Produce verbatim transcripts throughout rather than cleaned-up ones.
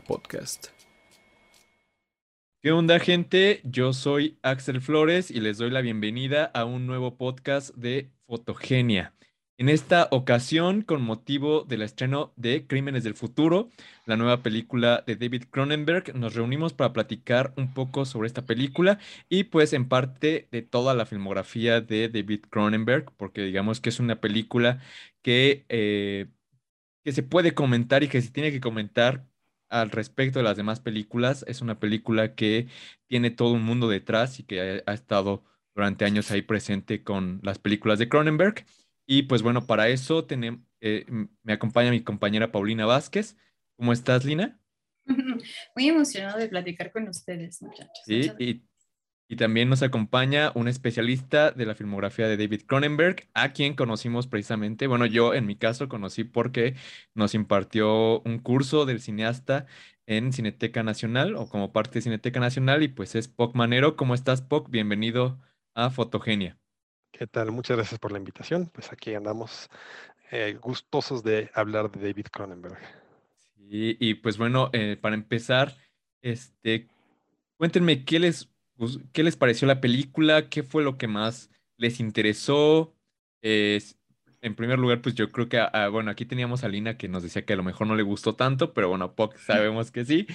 Podcast. ¿Qué onda, gente? Yo soy Axel Flores y les doy la bienvenida a un nuevo podcast de Fotogenia. En esta ocasión, con motivo del estreno de Crímenes del Futuro, la nueva película de David Cronenberg, nos reunimos para platicar un poco sobre esta película y pues en parte de toda la filmografía de David Cronenberg, porque digamos que es una película que eh, que se puede comentar y que se tiene que comentar al respecto de las demás películas. Es una película que tiene todo un mundo detrás y que ha, ha estado durante años ahí presente con las películas de Cronenberg. Y pues bueno, para eso tenem- eh, m- me acompaña mi compañera Paulina Vázquez. ¿Cómo estás, Lina? Muy emocionado de platicar con ustedes, muchachos. Sí, Muchas gracias. y Y también nos acompaña un especialista de la filmografía de David Cronenberg, a quien conocimos precisamente, bueno, yo en mi caso conocí porque nos impartió un curso del cineasta en Cineteca Nacional o como parte de Cineteca Nacional y pues es Poc Manero. ¿Cómo estás, Poc? Bienvenido a Fotogenia. ¿Qué tal? Muchas gracias por la invitación. Pues aquí andamos eh, gustosos de hablar de David Cronenberg. Sí, y pues bueno, eh, para empezar, este, cuéntenme qué les, gus- qué les pareció la película, qué fue lo que más les interesó. Eh, s- en primer lugar, pues yo creo que, ah, bueno, aquí teníamos a Lina que nos decía que a lo mejor no le gustó tanto, pero bueno, Puck sabemos que sí.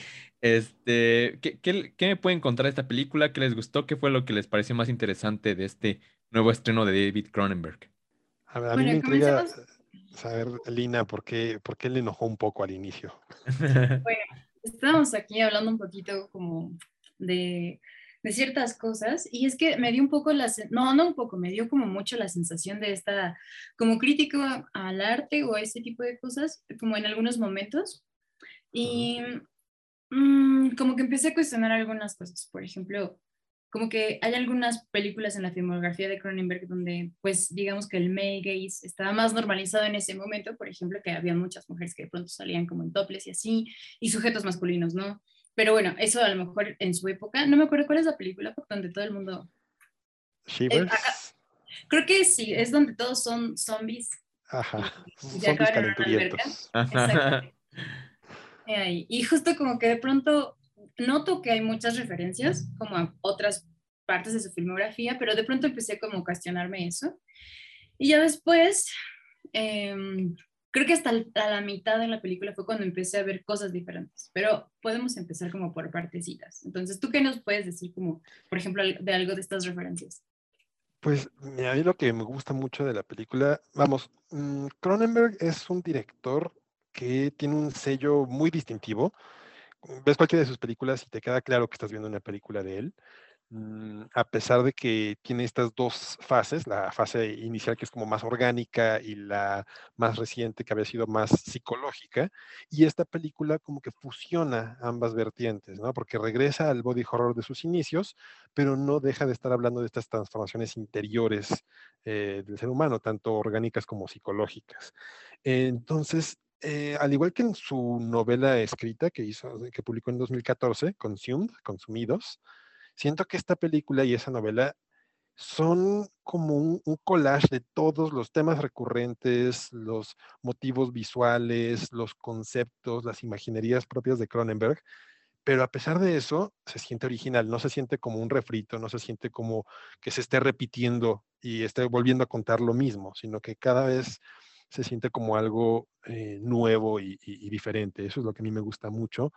Este, ¿qué, qué, qué me pueden contar de esta película? ¿Qué les gustó? ¿Qué fue lo que les pareció más interesante de este nuevo estreno de David Cronenberg? A, ver, a mí Bueno, me intriga comencemos. eh, saber, Lina, por qué, por qué le enojó un poco al inicio. Bueno, estábamos aquí hablando un poquito como de, de ciertas cosas y es que me dio un poco la, sen- no, no un poco, me dio como mucho la sensación de esta, como crítico al arte o a ese tipo de cosas, como en algunos momentos. Ujú. Y Mm, como que empecé a cuestionar algunas cosas. Por ejemplo, como que hay algunas películas en la filmografía de Cronenberg donde, pues, digamos que el male gaze estaba más normalizado en ese momento. Por ejemplo, que había muchas mujeres que de pronto salían como en topless y así, y sujetos masculinos, ¿no? Pero bueno, eso a lo mejor en su época, no me acuerdo cuál es la película donde todo el mundo... eh, acá- Shivers. creo que sí, es donde todos son zombies Ajá. y, y se Zombies acaban en una alberca. calenturientos. Exacto. Eh, ahí. Y justo como que de pronto noto que hay muchas referencias como a otras partes de su filmografía, pero de pronto empecé como a cuestionarme eso. Y ya después, eh, creo que hasta el- a la mitad de la película fue cuando empecé a ver cosas diferentes, pero podemos empezar como por partecitas. Entonces, ¿tú qué nos puedes decir como, por ejemplo, de algo de estas referencias? Pues mira, a mí lo que me gusta mucho de la película, vamos, mm, Cronenberg es un director que tiene un sello muy distintivo. Ves cualquiera de sus películas y te queda claro que estás viendo una película de él. Mm, a pesar de que tiene estas dos fases, la fase inicial que es como más orgánica y la más reciente que había sido más psicológica, y esta película como que fusiona ambas vertientes, ¿no? Porque regresa al body horror de sus inicios, pero no deja de estar hablando de estas transformaciones interiores eh, del ser humano, tanto orgánicas como psicológicas. Entonces, eh, al igual que en su novela escrita que hizo, que publicó en dos mil catorce, Consumed, Consumidos, siento que esta película y esa novela son como un, un collage de todos los temas recurrentes, los motivos visuales, los conceptos, las imaginerías propias de Cronenberg, pero a pesar de eso, se siente original, no se siente como un refrito, no se siente como que se esté repitiendo y esté volviendo a contar lo mismo, sino que cada vez se siente como algo eh, nuevo y, y, y diferente. Eso es lo que a mí me gusta mucho.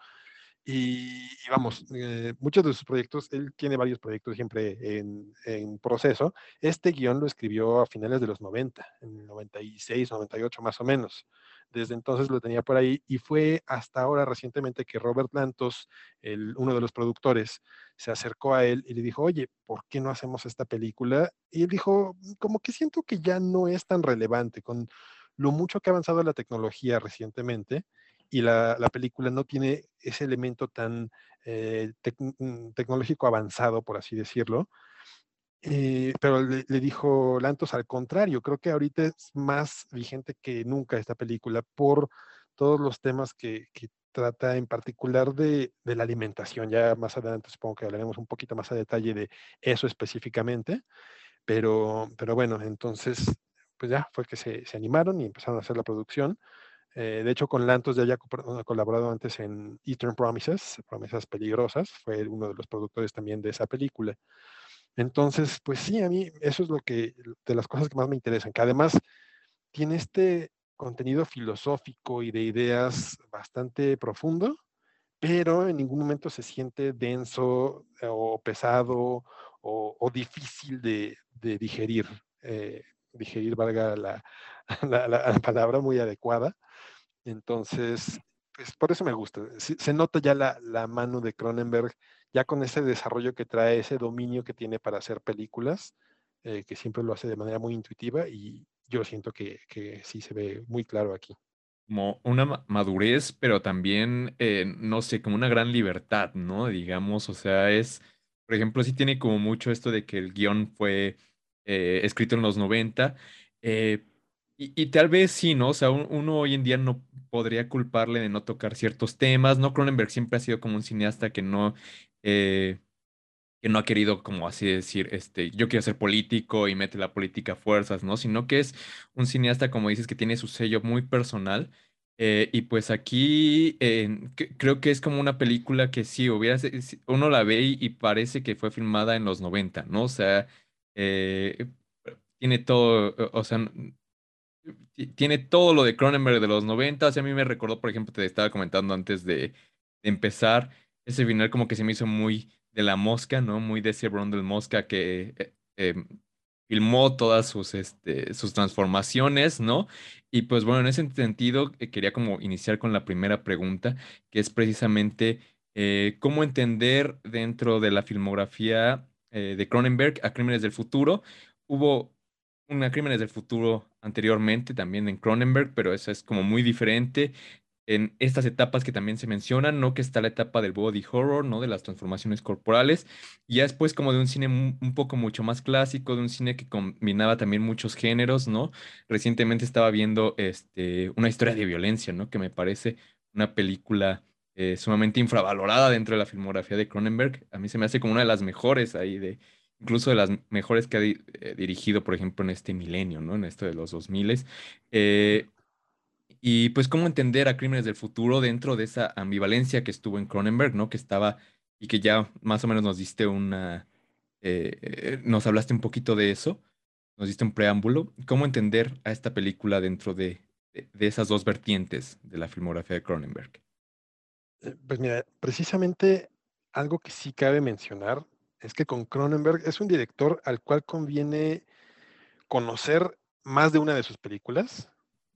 Y, y vamos, eh, muchos de sus proyectos, él tiene varios proyectos siempre en, en proceso. Este guión lo escribió a finales de los noventa, en el noventa y seis, noventa y ocho más o menos. Desde entonces lo tenía por ahí y fue hasta ahora recientemente que Robert Lantos, el, uno de los productores, se acercó a él y le dijo, oye, ¿por qué no hacemos esta película? Y él dijo, como que siento que ya no es tan relevante con lo mucho que ha avanzado la tecnología recientemente y la, la película no tiene ese elemento tan eh, tec mm, tecnológico avanzado, por así decirlo. Eh, pero le, le, dijo Lantos al contrario, creo que ahorita es más vigente que nunca esta película por todos los temas que, que trata en particular de, de, la alimentación. Ya más adelante supongo que hablaremos un poquito más a detalle de eso específicamente, pero, pero bueno, entonces pues ya fue que se, se animaron y empezaron a hacer la producción. Eh, de hecho, con Lantos ya había colaborado antes en Eastern Promises, Promesas Peligrosas, fue uno de los productores también de esa película. Entonces, pues sí, a mí eso es lo que, de las cosas que más me interesan, que además tiene este contenido filosófico y de ideas bastante profundo, pero en ningún momento se siente denso eh, o pesado o, o difícil de, de digerir. Eh, digerir, valga la, la, la, palabra muy adecuada. Entonces, pues por eso me gusta. Se, se nota ya la, la mano de Cronenberg, ya con ese desarrollo que trae, ese dominio que tiene para hacer películas, eh, que siempre lo hace de manera muy intuitiva y yo siento que, que sí se ve muy claro aquí. Como una ma- madurez, pero también, eh, no sé, como una gran libertad, ¿no? Digamos, o sea, es, por ejemplo, sí tiene como mucho esto de que el guión fue eh, escrito en los noventa, eh, y, y tal vez sí, ¿no? O sea, un- uno hoy en día no podría culparle de no tocar ciertos temas, ¿no? Cronenberg siempre ha sido como un cineasta que no... eh, que no ha querido, como así decir, este, yo quiero ser político y mete la política a fuerzas, ¿no? Sino que es un cineasta, como dices, que tiene su sello muy personal. Eh, y pues aquí eh, que- creo que es como una película que sí, hubiera, se- si- uno la ve y, y parece que fue filmada en los noventa, ¿no? O sea, eh, tiene todo, o o sea, ti- tiene todo lo de Cronenberg de los noventa. O sea, a mí me recordó, por ejemplo, te estaba comentando antes de, de empezar, ese final como que se me hizo muy de La Mosca, ¿no? Muy de ese Brundle Mosca que eh, eh, filmó todas sus, este, sus transformaciones, ¿no? Y pues bueno, en ese sentido, eh, quería como iniciar con la primera pregunta, que es precisamente eh, cómo entender dentro de la filmografía eh, de Cronenberg a Crímenes del Futuro. Hubo una Crímenes del Futuro anteriormente, también en Cronenberg, pero esa es como muy diferente. En estas etapas que también se mencionan, ¿no? Que está la etapa del body horror, ¿no? De las transformaciones corporales. Y ya después como de un cine mu- un poco mucho más clásico, de un cine que combinaba también muchos géneros, ¿no? Recientemente estaba viendo este, una historia de violencia, ¿no? Que me parece una película eh, sumamente infravalorada dentro de la filmografía de Cronenberg. A mí se me hace como una de las mejores ahí de incluso de las mejores que ha di- eh, dirigido, por ejemplo, en este milenio, ¿no? En esto de los dos mil. Eh, y pues cómo entender a Crímenes del Futuro dentro de esa ambivalencia que estuvo en Cronenberg, ¿no? Que estaba y que ya más o menos nos diste una, eh, eh, nos hablaste un poquito de eso, nos diste un preámbulo. ¿Cómo entender a esta película dentro de, de, de esas dos vertientes de la filmografía de Cronenberg? Eh, Pues mira, precisamente algo que sí cabe mencionar es que con Cronenberg es un director al cual conviene conocer más de una de sus películas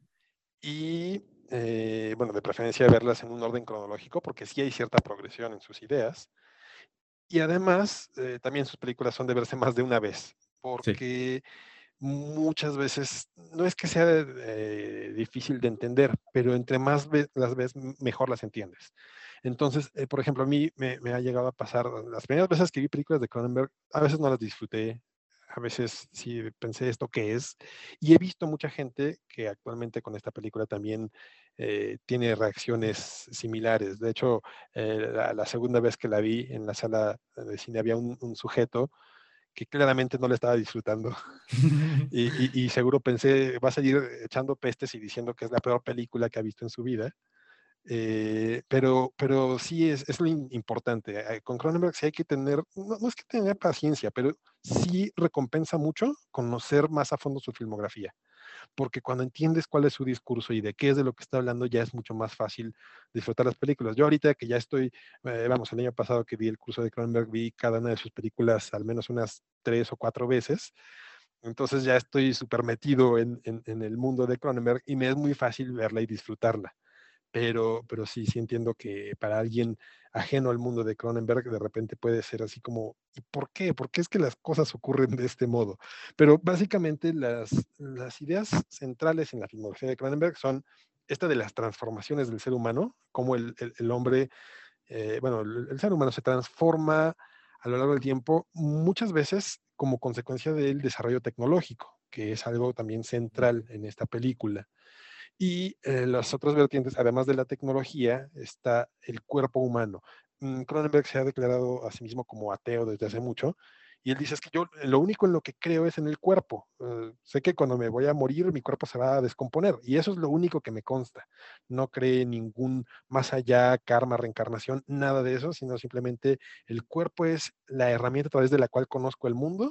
y, eh, bueno, de preferencia verlas en un orden cronológico, porque sí hay cierta progresión en sus ideas. Y además, eh, también sus películas son de verse más de una vez, Sí. porque muchas veces no es que sea eh, difícil de entender, pero entre más ve- las ves, m- mejor las entiendes. Entonces, eh, por ejemplo, a mí me, me ha llegado a pasar, las primeras veces que vi películas de Cronenberg, a veces no las disfruté, a veces sí pensé esto qué es, y he visto mucha gente que actualmente con esta película también eh, tiene reacciones similares. De hecho, eh, la, la segunda vez que la vi en la sala de cine había un, un sujeto que claramente no le estaba disfrutando y, y, y, seguro pensé, va a seguir echando pestes y diciendo que es la peor película que ha visto en su vida. Eh, pero, pero sí es, es lo importante. Eh, Con Cronenberg sí hay que tener, no, no es que tener paciencia, pero sí recompensa mucho conocer más a fondo su filmografía, porque cuando entiendes cuál es su discurso y de qué es de lo que está hablando, ya es mucho más fácil disfrutar las películas. Yo ahorita que ya estoy, eh, vamos, el año pasado que vi el curso de Cronenberg, vi cada una de sus películas al menos unas tres o cuatro veces, entonces ya estoy súper metido en, en, en, el mundo de Cronenberg y me es muy fácil verla y disfrutarla. Pero, pero sí, sí entiendo que para alguien ajeno al mundo de Cronenberg de repente puede ser así como, ¿y por qué? ¿Por qué es que las cosas ocurren de este modo? Pero básicamente las, las ideas centrales en la filmografía de Cronenberg son esta de las transformaciones del ser humano, cómo el, el, el hombre, eh, bueno, el, el ser humano se transforma a lo largo del tiempo, muchas veces como consecuencia del desarrollo tecnológico, que es algo también central en esta película. Y eh, las otras vertientes, además de la tecnología, está el cuerpo humano. Mm, Cronenberg se ha declarado a sí mismo como ateo desde hace mucho Y él dice, es que yo lo único en lo que creo es en el cuerpo. Uh, sé que cuando me voy a morir, mi cuerpo se va a descomponer. Y eso es lo único que me consta. No cree ningún más allá, karma, reencarnación, nada de eso, sino simplemente el cuerpo es la herramienta a través de la cual conozco el mundo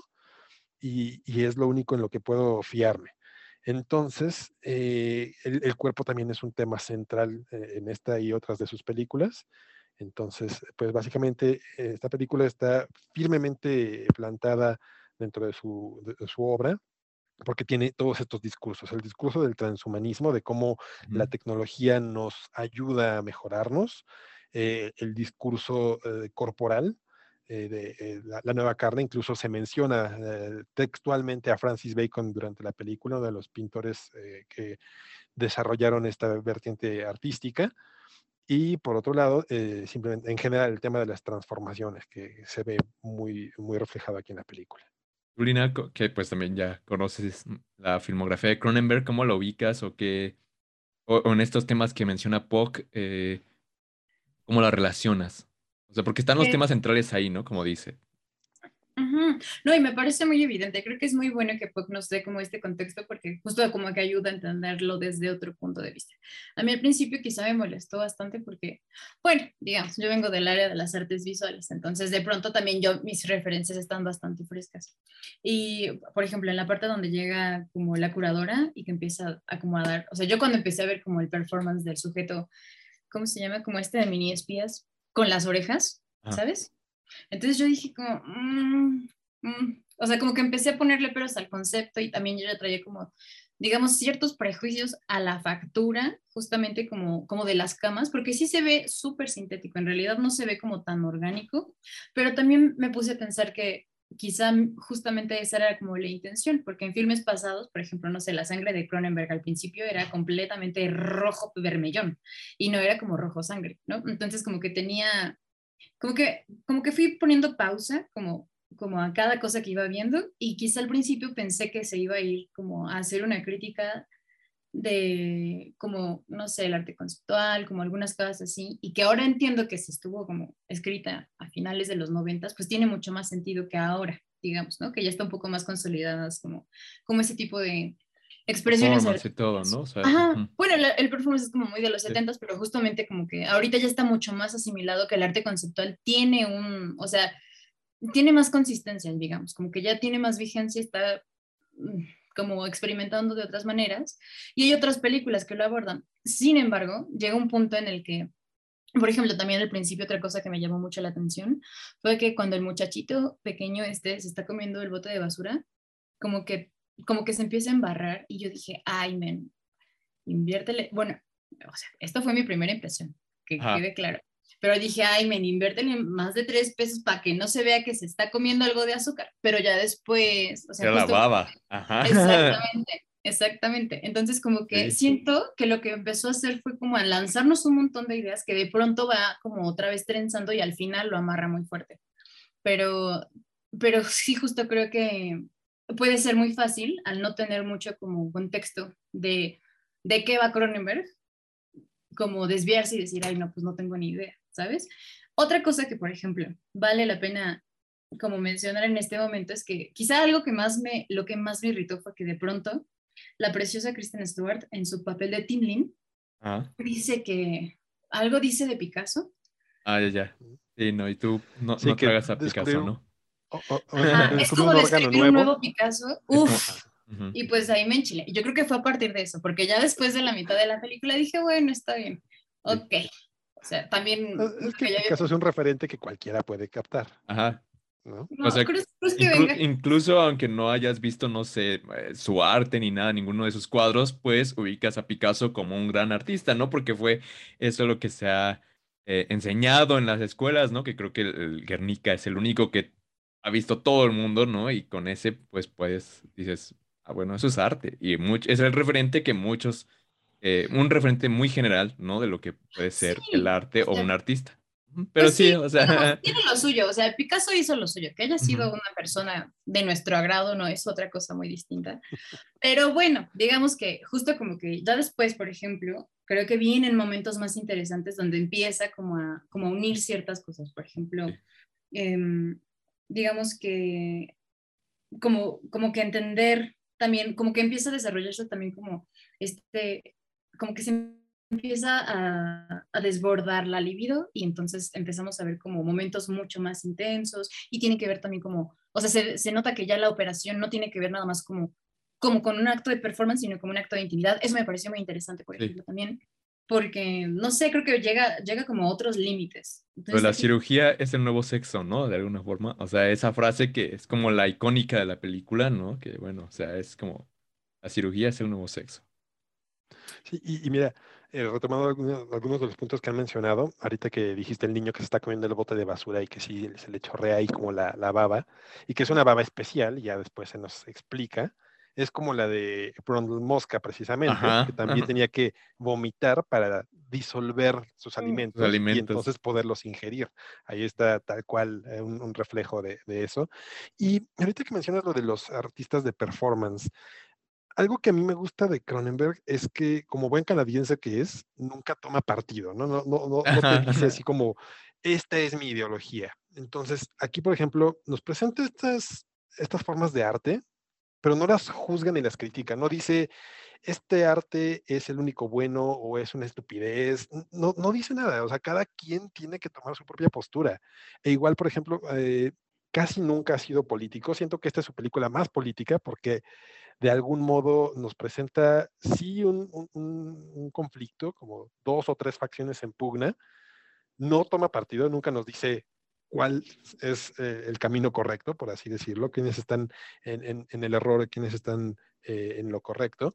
y, y es lo único en lo que puedo fiarme. Entonces, eh, el, el cuerpo también es un tema central eh, en esta y otras de sus películas. Entonces, pues básicamente eh, esta película está firmemente plantada dentro de su, de su obra, porque tiene todos estos discursos, el discurso del transhumanismo, de cómo Ujú. la tecnología nos ayuda a mejorarnos, eh, el discurso eh, corporal, eh, de eh, la, la nueva carne, incluso se menciona eh, textualmente a Francis Bacon durante la película, uno de los pintores eh, que desarrollaron esta vertiente artística. Y por otro lado, eh, simplemente en general el tema de las transformaciones, que se ve muy, muy reflejado aquí en la película. Tú, Lina, co- que pues también ya conoces la filmografía de Cronenberg, ¿cómo lo ubicas o qué, o, o en estos temas que menciona Pock, eh, cómo la relacionas? O sea, porque están los Eh, temas centrales ahí, ¿no? Como dice. Ujú. No, y me parece muy evidente. Creo que es muy bueno que Puck nos dé como este contexto porque justo como que ayuda a entenderlo desde otro punto de vista. A mí al principio quizá me molestó bastante porque, bueno, digamos, yo vengo del área de las artes visuales, entonces de pronto también yo, mis referencias están bastante frescas. Y, por ejemplo, en la parte donde llega como la curadora y que empieza a como a dar, o sea, yo cuando empecé a ver como el performance del sujeto, ¿cómo se llama? Como este de mini espías, con las orejas, Ajá. ¿sabes? Entonces yo dije como, mm, mm. O sea, como que empecé a ponerle peros al concepto y también yo le traía como, digamos, ciertos prejuicios a la factura, justamente como, como de las camas, porque sí se ve súper sintético, en realidad no se ve como tan orgánico, pero también me puse a pensar que quizá justamente esa era como la intención, porque en filmes pasados, por ejemplo, no sé, la sangre de Cronenberg al principio era completamente rojo vermellón y no era como rojo sangre, ¿no? Entonces como que tenía como que, como que fui poniendo pausa, como, como a cada cosa que iba viendo, y quizá al principio pensé que se iba a ir como a hacer una crítica de, como, no sé, el arte conceptual, como algunas cosas así, y que ahora entiendo que se estuvo como escrita a finales de los noventas, pues tiene mucho más sentido que ahora, digamos, ¿no? Que ya está un poco más consolidadas como, como ese tipo de expresiones Performance y todo, ¿no? artísticas. O sea, Ajá, ujú. bueno, la- el performance es como muy de los Sí. setentas, pero justamente como que ahorita ya está mucho más asimilado que el arte conceptual tiene un, o sea, tiene más consistencia, digamos, como que ya tiene más vigencia, está mm, como experimentando de otras maneras, y hay otras películas que lo abordan. Sin embargo, llega un punto en el que, por ejemplo, también al principio otra cosa que me llamó mucho la atención fue que cuando el muchachito pequeño este se está comiendo el bote de basura, como que, como que se empieza a embarrar y yo dije, ay, men, inviértele, bueno, o sea, esta fue mi primera impresión, que Ajá. quede claro. Pero dije, ay, men, inviértele más de tres pesos para que no se vea que se está comiendo algo de azúcar. Pero ya después, o sea, Era la justo, baba. Ajá. exactamente, exactamente. Entonces, como que Sí. siento que lo que empezó a hacer fue como a lanzarnos un montón de ideas que de pronto va como otra vez trenzando y al final lo amarra muy fuerte. Pero, pero sí, justo creo que puede ser muy fácil al no tener mucho como contexto de de qué va Cronenberg, como desviarse y decir, ay, no, pues no tengo ni idea, ¿sabes? Otra cosa que, por ejemplo, vale la pena como mencionar en este momento es que quizá algo que más me, lo que más me irritó fue que de pronto la preciosa Kristen Stewart en su papel de Timlin Ajá. dice que algo dice de Picasso. Ah, ya, ya. Sí, no, y tú no, Sí, no que tragas a Picasso, descubrió, ¿no? o- o- o Ajá, es descubrió como un órgano describir un nuevo. nuevo Picasso, Es, uff, Ujú. y pues ahí me enchilé. Yo creo que fue a partir de eso, porque ya después de la mitad de la película dije, bueno, está bien, sí. ok. O sea, también, Es que que ya Picasso es un referente que cualquiera puede captar, Ajá. ¿no? O no, sea, cruz, cruz que inclu- venga. incluso aunque no hayas visto, no sé, eh, su arte ni nada, ninguno de sus cuadros, pues ubicas a Picasso como un gran artista, ¿no? Porque fue eso lo que se ha eh, enseñado en las escuelas, ¿no? Que creo que el, el Guernica es el único que ha visto todo el mundo, ¿no? Y con ese, pues puedes, dices, ah, bueno, eso es arte. Y much- es el referente que muchos, eh, un referente muy general, ¿no? De lo que puede ser el Sí, arte o o un sea, artista. Ujú. Pero pues sí, sí, o digamos, sea, tiene lo suyo, o sea, Picasso hizo lo suyo, que haya sido ujú. una persona de nuestro agrado no es otra cosa muy distinta, pero bueno, digamos que justo como que ya después, por ejemplo, creo que vienen momentos más interesantes donde empieza como a, como a unir ciertas cosas, por ejemplo, Sí. eh, digamos que, como, como que entender también, como que empieza a desarrollarse también como este, como que se empieza a, a desbordar la libido y entonces empezamos a ver como momentos mucho más intensos y tiene que ver también como, o sea, se, se nota que ya la operación no tiene que ver nada más como, como con un acto de performance, sino como un acto de intimidad. Eso me pareció muy interesante, por Sí. ejemplo, también, porque, no sé, creo que llega, llega como a otros límites. Pero Entonces la aquí, cirugía es el nuevo sexo, ¿no? De alguna forma. O sea, esa frase que es como la icónica de la película, ¿no? Que bueno, o sea, es como la cirugía es el nuevo sexo. Sí, y, y mira, eh, retomando algunos, algunos de los puntos que han mencionado, ahorita que dijiste el niño que se está comiendo el bote de basura y que sí se le chorrea ahí como la, la baba, y que es una baba especial, y ya después se nos explica, es como la de Brundle Mosca precisamente, que Ajá, también ajá. tenía que vomitar para disolver sus mm, Los alimentos y alimentos. entonces poderlos ingerir. Ahí está tal cual eh, un, un reflejo de, de eso. Y ahorita que mencionas lo de los artistas de performance, algo que a mí me gusta de Cronenberg es que, como buen canadiense que es, nunca toma partido, ¿no? No, no, no, no te Ajá, dice así como, esta es mi ideología. Entonces, aquí, por ejemplo, nos presenta estas, estas formas de arte, pero no las juzga ni las critica. No dice, este arte es el único bueno o es una estupidez. No, no dice nada. O sea, cada quien tiene que tomar su propia postura. E igual, por ejemplo, eh, casi nunca ha sido político. Siento que esta es su película más política porque de algún modo nos presenta, sí, un, un, un, conflicto, como dos o tres facciones en pugna, no toma partido, nunca nos dice cuál es eh, el camino correcto, por así decirlo, quiénes están en, en, en el error, quiénes están eh, en lo correcto,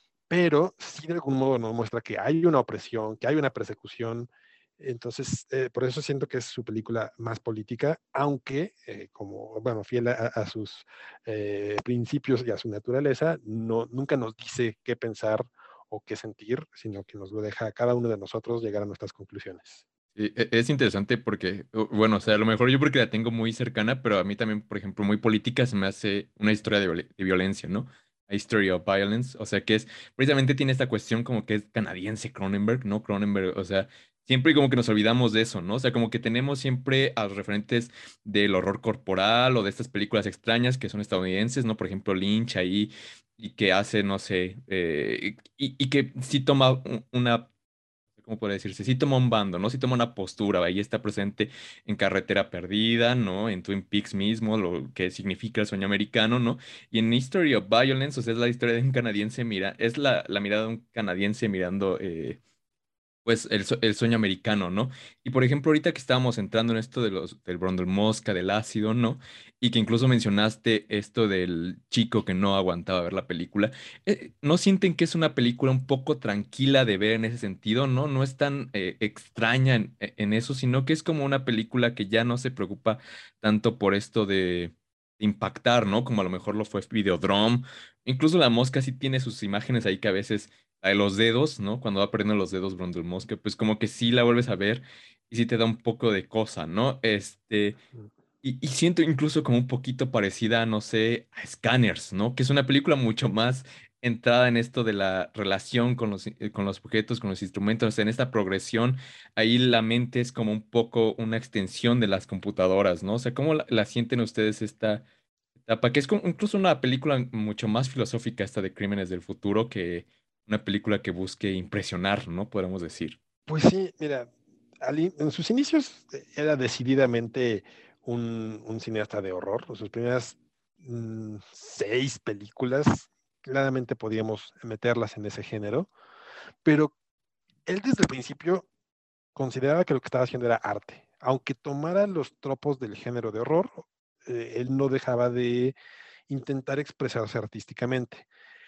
pero sí de algún modo nos muestra que hay una opresión, que hay una persecución. Entonces, eh, por eso siento que es su película más política, aunque, eh, como, bueno, fiel a, a sus eh, principios y a su naturaleza, no, nunca nos dice qué pensar o qué sentir, sino que nos lo deja a cada uno de nosotros llegar a nuestras conclusiones. Sí, e- es interesante porque, u- bueno, o sea, a lo mejor yo porque la tengo muy cercana, pero a mí también, por ejemplo, muy política se me hace una historia de, viol- de violencia, ¿no? A History of Violence, o sea, que es, precisamente tiene esta cuestión como que es canadiense Cronenberg, ¿no? Cronenberg, o sea, siempre como que nos olvidamos de eso, ¿no? O sea, como que tenemos siempre a los referentes del horror corporal o de estas películas extrañas que son estadounidenses, ¿no? Por ejemplo, Lynch ahí, y que hace, no sé, eh, y, y que sí toma un- una ¿cómo puede decirse? Sí toma un bando, ¿no? Sí toma una postura, ahí está presente en Carretera Perdida, ¿no? En Twin Peaks mismo, lo que significa el sueño americano, ¿no? Y en History of Violence, o sea, es la historia de un canadiense, mira, es la, la mirada de un canadiense mirando eh, pues el, sue- el sueño americano, ¿no? Y por ejemplo, ahorita que estábamos entrando en esto de los, del Brondel Mosca, del ácido, ¿no? Y que incluso mencionaste esto del chico que no aguantaba ver la película, eh, ¿no sienten que es una película un poco tranquila de ver en ese sentido, ¿no? No es tan eh, extraña en, e, en eso, sino que es como una película que ya no se preocupa tanto por esto de impactar, ¿no? Como a lo mejor lo fue Videodrome. Incluso la mosca sí tiene sus imágenes ahí que a veces la de los dedos, ¿no? Cuando va perdiendo los dedos Brundle Mosque, pues como que sí la vuelves a ver y sí te da un poco de cosa, ¿no? Este, y, y siento incluso como un poquito parecida, no sé, a Scanners, ¿no? Que es una película mucho más entrada en esto de la relación con los, eh, con los objetos, con los instrumentos, en esta progresión, ahí la mente es como un poco una extensión de las computadoras, ¿no? O sea, ¿cómo la, la sienten ustedes esta etapa? Que es como incluso una película mucho más filosófica esta de Crímenes del Futuro que una película que busque impresionar, ¿no? Podemos decir. Pues sí, mira, al in- en sus inicios eh, era decididamente un, un cineasta de horror. Sus primeras mm, seis películas claramente podíamos meterlas en ese género, pero él desde el principio consideraba que lo que estaba haciendo era arte. Aunque tomara los tropos del género de horror, eh, él no dejaba de intentar expresarse artísticamente.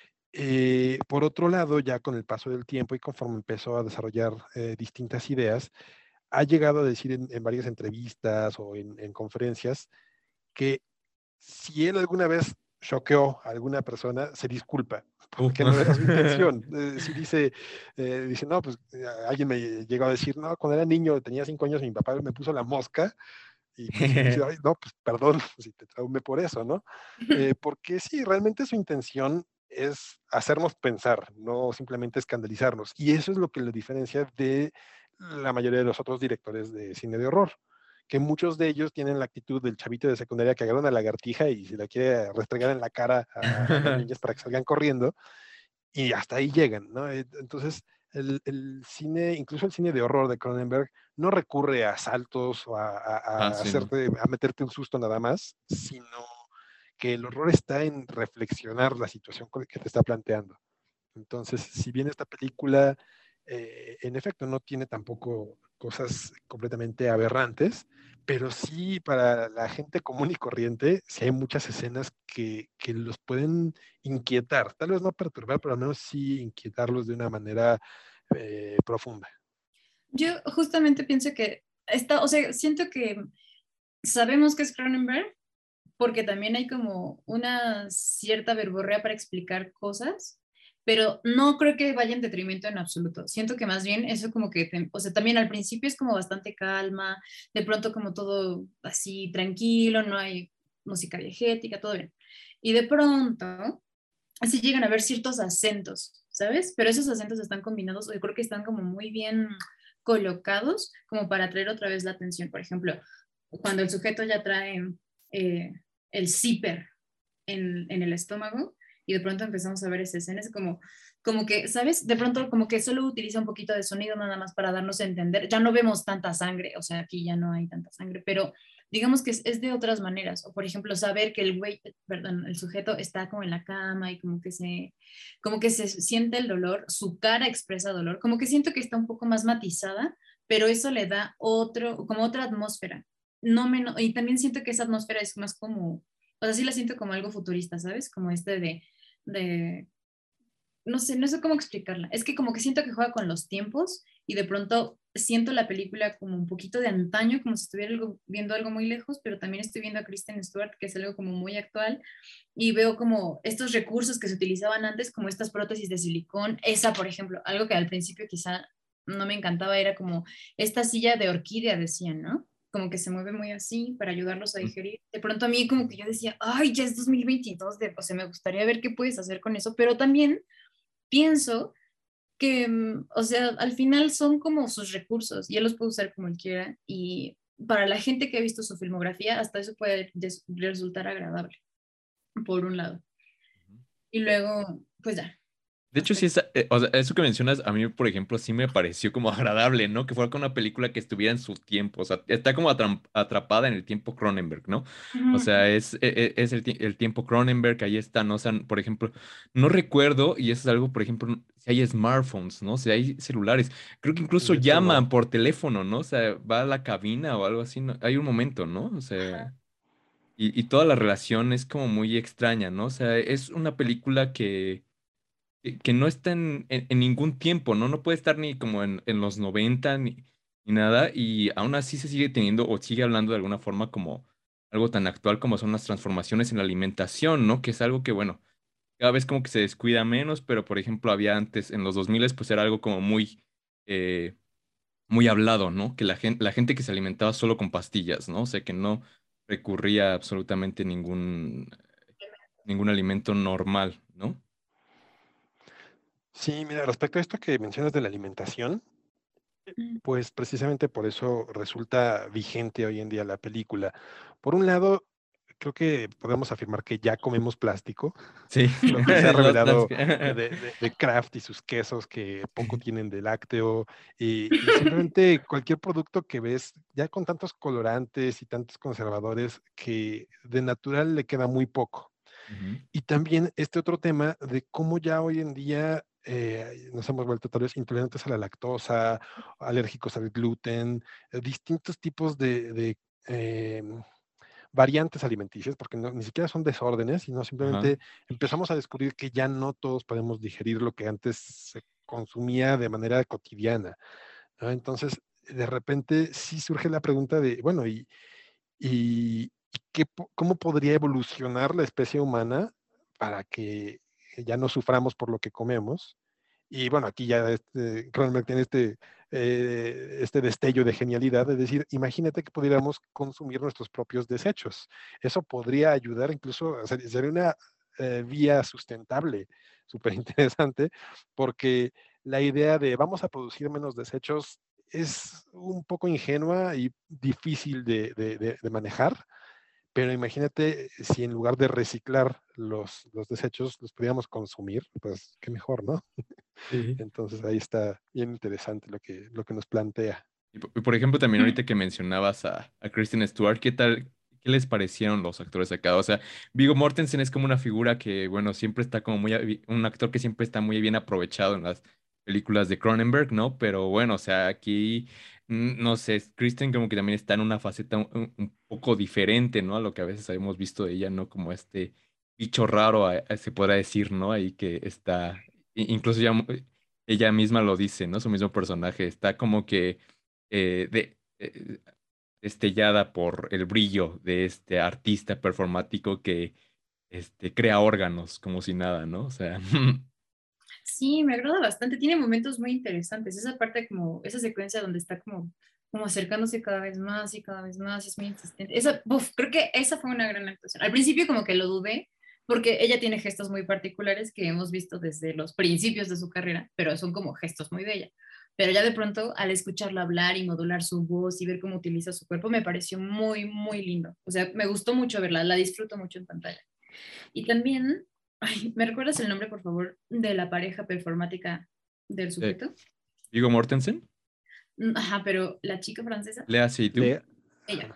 Eh, por otro lado, ya con el paso del tiempo y conforme empezó a desarrollar eh, distintas ideas, ha llegado a decir en, en varias entrevistas o en, en, conferencias que si él alguna vez choqueó a alguna persona, se disculpa, Uh. porque no era su intención. Eh, si dice, eh, dice, no, pues eh, alguien me llegó a decir, no, cuando era niño, tenía cinco años, mi papá me puso la mosca, y pues dice, ay, no, pues perdón si te traumé por eso, ¿no? Eh, porque sí, realmente su intención es hacernos pensar, no simplemente escandalizarnos. Y eso es lo que lo diferencia de la mayoría de los otros directores de cine de horror, que muchos de ellos tienen la actitud del chavito de secundaria que agarra una lagartija y se la quiere restregar en la cara a, a los niños para que salgan corriendo, y hasta ahí llegan, ¿no? Entonces, el, el cine, incluso el cine de horror de Cronenberg, no recurre a saltos o a, a, Ah, a sí, ¿no? hacerte, a meterte un susto nada más, sino que el horror está en reflexionar la situación que te está planteando. Entonces, si bien esta película, eh, en efecto, no tiene tampoco cosas completamente aberrantes, pero sí para la gente común y corriente, sí hay muchas escenas que, que los pueden inquietar, tal vez no perturbar, pero al menos sí inquietarlos de una manera eh, profunda. Yo justamente pienso que está, o sea, siento que sabemos que es Cronenberg porque también hay como una cierta verborrea para explicar cosas, pero no creo que vaya en detrimento en absoluto. Siento que más bien eso como que, te- o sea, también al principio es como bastante calma, de pronto como todo así tranquilo, no hay música diegética, todo bien. Y de pronto, así llegan a ver ciertos acentos, ¿sabes? Pero esos acentos están combinados, yo creo que están como muy bien colocados como para atraer otra vez la atención. Por ejemplo, cuando el sujeto ya trae eh, el zipper en, en, el estómago y de pronto empezamos a ver esa escena, es como, como que, ¿sabes? De pronto como que solo utiliza un poquito de sonido nada más para darnos a entender. Ya no vemos tanta sangre, o sea, aquí ya no hay tanta sangre, pero digamos que es, es de otras maneras. O por ejemplo, saber que el güey, perdón, el sujeto está como en la cama y como que se, como que se siente el dolor, su cara expresa dolor, como que siento que está un poco más matizada, pero eso le da otro, como otra atmósfera. No menos, y también siento que esa atmósfera es más como, o sea, sí la siento como algo futurista, ¿sabes? Como este de, de, no sé, no sé cómo explicarla. Es que como que siento que juega con los tiempos y de pronto siento la película como un poquito de antaño, como si estuviera algo, viendo algo muy lejos, pero también estoy viendo a Kristen Stewart, que es algo como muy actual, y veo como estos recursos que se utilizaban antes, como estas prótesis de silicón. Esa, por ejemplo, algo que al principio quizá no me encantaba, era como esta silla de orquídea, decían, ¿no? Como que se mueve muy así para ayudarlos a digerir. De pronto a mí como que yo decía, ay, ya es dos mil veintidós, de, o sea, me gustaría ver qué puedes hacer con eso, pero también pienso que, mm, o sea, al final son como sus recursos y él los puede usar como él quiera y para la gente que ha visto su filmografía, hasta eso puede des- resultar agradable, por un lado. Y luego, pues ya, De hecho, hasta sí, aquí. es, eh, o sea, eso que mencionas, a mí, por ejemplo, sí me pareció como agradable, ¿no? Que fuera con una película que estuviera en su tiempo, o sea, está como atram- atrapada en el tiempo Cronenberg, ¿no? O Ujú. sea, es, e- e- es el, ti- el tiempo Cronenberg, ahí está, ¿no? O sea, por ejemplo, no recuerdo, y eso es algo, por ejemplo, si hay smartphones, ¿no? Si hay celulares, creo que incluso De hecho, llaman no. por teléfono, ¿no? O sea, va a la cabina o algo así, ¿no? Hay un momento, ¿no? O sea, y, y toda la relación es como muy extraña, ¿no? O sea, es una película que que, que no está en, en- en ningún tiempo, ¿no? No puede estar ni como en, en los noventa ni, ni nada, y aún así se sigue teniendo o sigue hablando de alguna forma como algo tan actual como son las transformaciones en la alimentación, ¿no? Que es algo que, bueno, cada vez como que se descuida menos, pero por ejemplo había antes, en los dos mil, pues era algo como muy, eh, muy hablado, ¿no? Que la gente, la gente que se alimentaba solo con pastillas, ¿no? O sea, que no recurría a absolutamente ningún, ningún alimento normal, ¿no? Sí, mira, respecto a esto que mencionas de la alimentación, Mm. pues precisamente por eso resulta vigente hoy en día la película. Por un lado, creo que podemos afirmar que ya comemos plástico, Sí, lo que se ha es revelado bastante. de, de- de Kraft y sus quesos que poco tienen de lácteo, y, y simplemente cualquier producto que ves ya con tantos colorantes y tantos conservadores que de natural le queda muy poco. Ujú. Y también este otro tema de cómo ya hoy en día eh, nos hemos vuelto tal vez intolerantes a la lactosa, alérgicos al gluten, eh, distintos tipos de, de, em, variantes alimenticias, porque no- ni siquiera son desórdenes, sino Ajá. simplemente empezamos a descubrir que ya no todos podemos digerir lo que antes se consumía de manera cotidiana, ¿no? Entonces, de repente sí surge la pregunta de, bueno, ¿y, y qué, po- cómo podría evolucionar la especie humana para que ya no suframos por lo que comemos? Y bueno, aquí ya este, Cronenberg tiene este, eh, este destello de genialidad, de decir, imagínate que pudiéramos consumir nuestros propios desechos. Eso podría ayudar incluso, a ser- sería una eh, vía sustentable, súper interesante, porque la idea de vamos a producir menos desechos es un poco ingenua y difícil de, de, de, de manejar, pero imagínate si en lugar de reciclar los, los desechos los pudiéramos consumir, pues qué mejor, ¿no? Sí. Entonces ahí está bien interesante lo que, lo que nos plantea. Y por, y por ejemplo, también ahorita que mencionabas a, a Kristen Stewart, ¿qué tal? ¿Qué les parecieron los actores acá? O sea, Viggo Mortensen es como una figura que, bueno, siempre está como muy, avi- un actor que siempre está muy bien aprovechado en las películas de Cronenberg, ¿no? Pero bueno, o sea, aquí, mm, no sé, Kristen como que también está en una faceta un, un- un poco diferente, ¿no? A lo que a veces habíamos visto de ella, ¿no? Como este bicho raro, a- a- se podrá decir, ¿no? Ahí que está, i- incluso ya, ella misma lo dice, ¿no? Su mismo personaje, está como que eh, de, eh, destellada por el brillo de este artista performático que este, crea órganos como si nada, ¿no? O sea, Sí, me agrada bastante. Tiene momentos muy interesantes. Esa parte como, esa secuencia donde está como, como acercándose cada vez más y cada vez más, es muy insistente. Esa, uf, creo que esa fue una gran actuación. Al principio como que lo dudé, porque ella tiene gestos muy particulares que hemos visto desde los principios de su carrera, pero son como gestos muy de ella. Pero ya de pronto, al escucharla hablar y modular su voz y ver cómo utiliza su cuerpo, me pareció muy, muy lindo. O sea, me gustó mucho verla, la disfruto mucho en pantalla. Y también, ay, ¿me recuerdas el nombre, por favor, de la pareja performática del eh, sujeto? Viggo Mortensen, Mm, Ajá, pero la chica francesa, Lea Seydoux. Le, ella.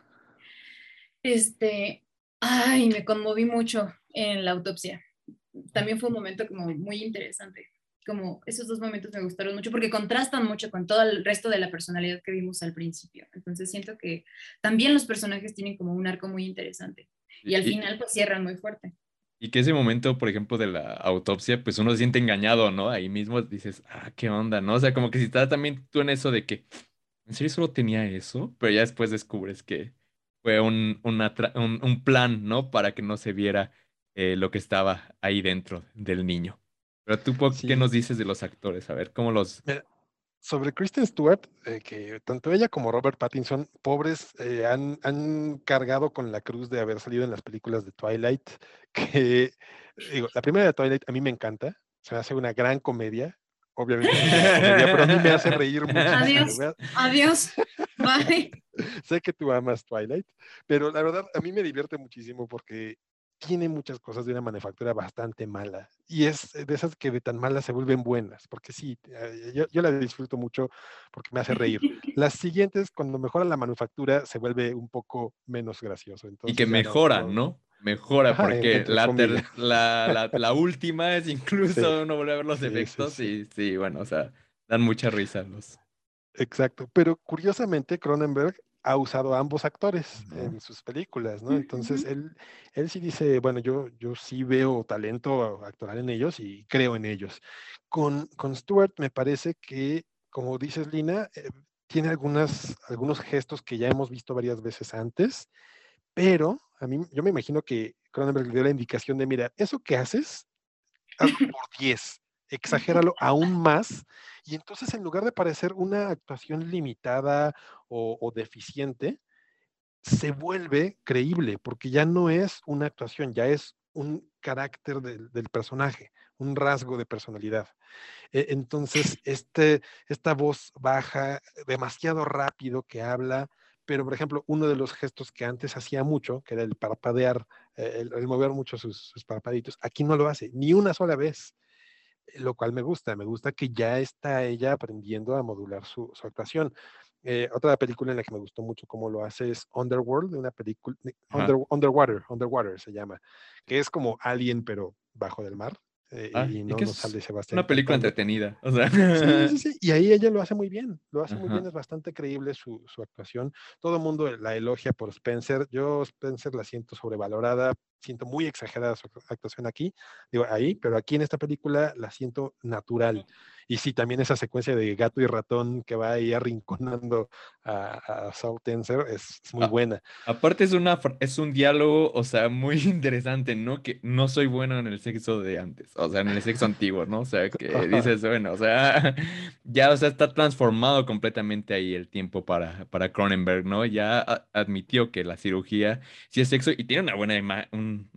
Este, ay, me conmoví mucho en la autopsia. También fue un momento como muy interesante. Como esos dos momentos me gustaron mucho porque contrastan mucho con todo el resto de la personalidad que vimos al principio. Entonces siento que también los personajes tienen como un arco muy interesante. Y, Y al y- final pues cierran muy fuerte. y que ese momento, por ejemplo, de la autopsia, pues uno se siente engañado, ¿no? Ahí mismo dices, ah, qué onda, ¿no? O sea, como que si estás también tú en eso de que, ¿en serio solo tenía eso? Pero ya después descubres que fue un, una tra- un, un plan, ¿no? Para que no se viera eh, lo que estaba ahí dentro del niño. Pero tú, Po, ¿qué sí, nos dices de los actores? A ver, ¿cómo los... mira, sobre Kristen Stewart, eh, que tanto ella como Robert Pattinson, pobres, eh, han, han cargado con la cruz de haber salido en las películas de Twilight, que, digo, la primera de Twilight a mí me encanta, se me hace una gran comedia, obviamente es una mala comedia, pero a mí me hace reír muchísimo. Adiós, Voy a- adiós, bye. Sé que tú amas Twilight, pero la verdad a mí me divierte muchísimo porque tiene muchas cosas de una manufactura bastante mala. Y es de esas que de tan malas se vuelven buenas, porque sí, eh, yo, yo la disfruto mucho porque me hace reír. Las siguientes, cuando mejora la manufactura, se vuelve un poco menos gracioso. Y que Entonces ya no, mejoran, no, ¿no? Mejora, ajá, en- porque entre la, comillas. ter- la, la, la última es Sí, incluso uno vuelve a ver los sí, sí, efectos sí. y sí, bueno, o sea, dan mucha risa los... Exacto, pero curiosamente Cronenberg ha usado a ambos actores Ajá. en sus películas, ¿no? Entonces Ujú. él, él sí dice, bueno, yo, yo sí veo talento actoral en ellos y creo en ellos. Con, con Stewart me parece que, como dices, Lina, eh, tiene algunas, algunos gestos que ya hemos visto varias veces antes, pero a mí, yo me imagino que Cronenberg le dio la indicación de, mira, eso que haces hazlo por diez, exagéralo aún más, y entonces en lugar de parecer una actuación limitada o, o deficiente, se vuelve creíble, porque ya no es una actuación, ya es un carácter del, del personaje, un rasgo de personalidad. E- Entonces, este, esta voz baja, demasiado rápido que habla, pero por ejemplo, uno de los gestos que antes hacía mucho, que era el parpadear, eh, el, el mover mucho sus, sus parpaditos, aquí no lo hace, ni una sola vez, lo cual me gusta, me gusta que ya está ella aprendiendo a modular su, su actuación. Eh, otra película en la que me gustó mucho cómo lo hace es Underworld, una película, Under, Ajá. Underwater, Underwater se llama, que es como Alien pero bajo del mar, eh, Ah, y y no que nos es sale Sebastián una película cantando. entretenida, o sea. Sí, sí, sí, y ahí ella lo hace muy bien, lo hace muy bien, Ajá. es bastante creíble su, su actuación. Todo el mundo la elogia por Spencer, yo Spencer la siento sobrevalorada, siento muy exagerada su actuación aquí, digo ahí, pero aquí en esta película la siento natural. Y sí, también esa secuencia de gato y ratón que va ahí arrinconando a, a Saul Tenser es, es muy A- buena. Aparte es una, fr- es un diálogo, o sea, muy interesante, ¿no? Que no soy bueno en el sexo de antes, o sea, en el sexo antiguo, ¿no? O sea, que dices, bueno, o sea, ya, o sea, está transformado completamente ahí el tiempo para, para Cronenberg, ¿no? Ya a- admitió que la cirugía sí es sexo y tiene una buena imagen,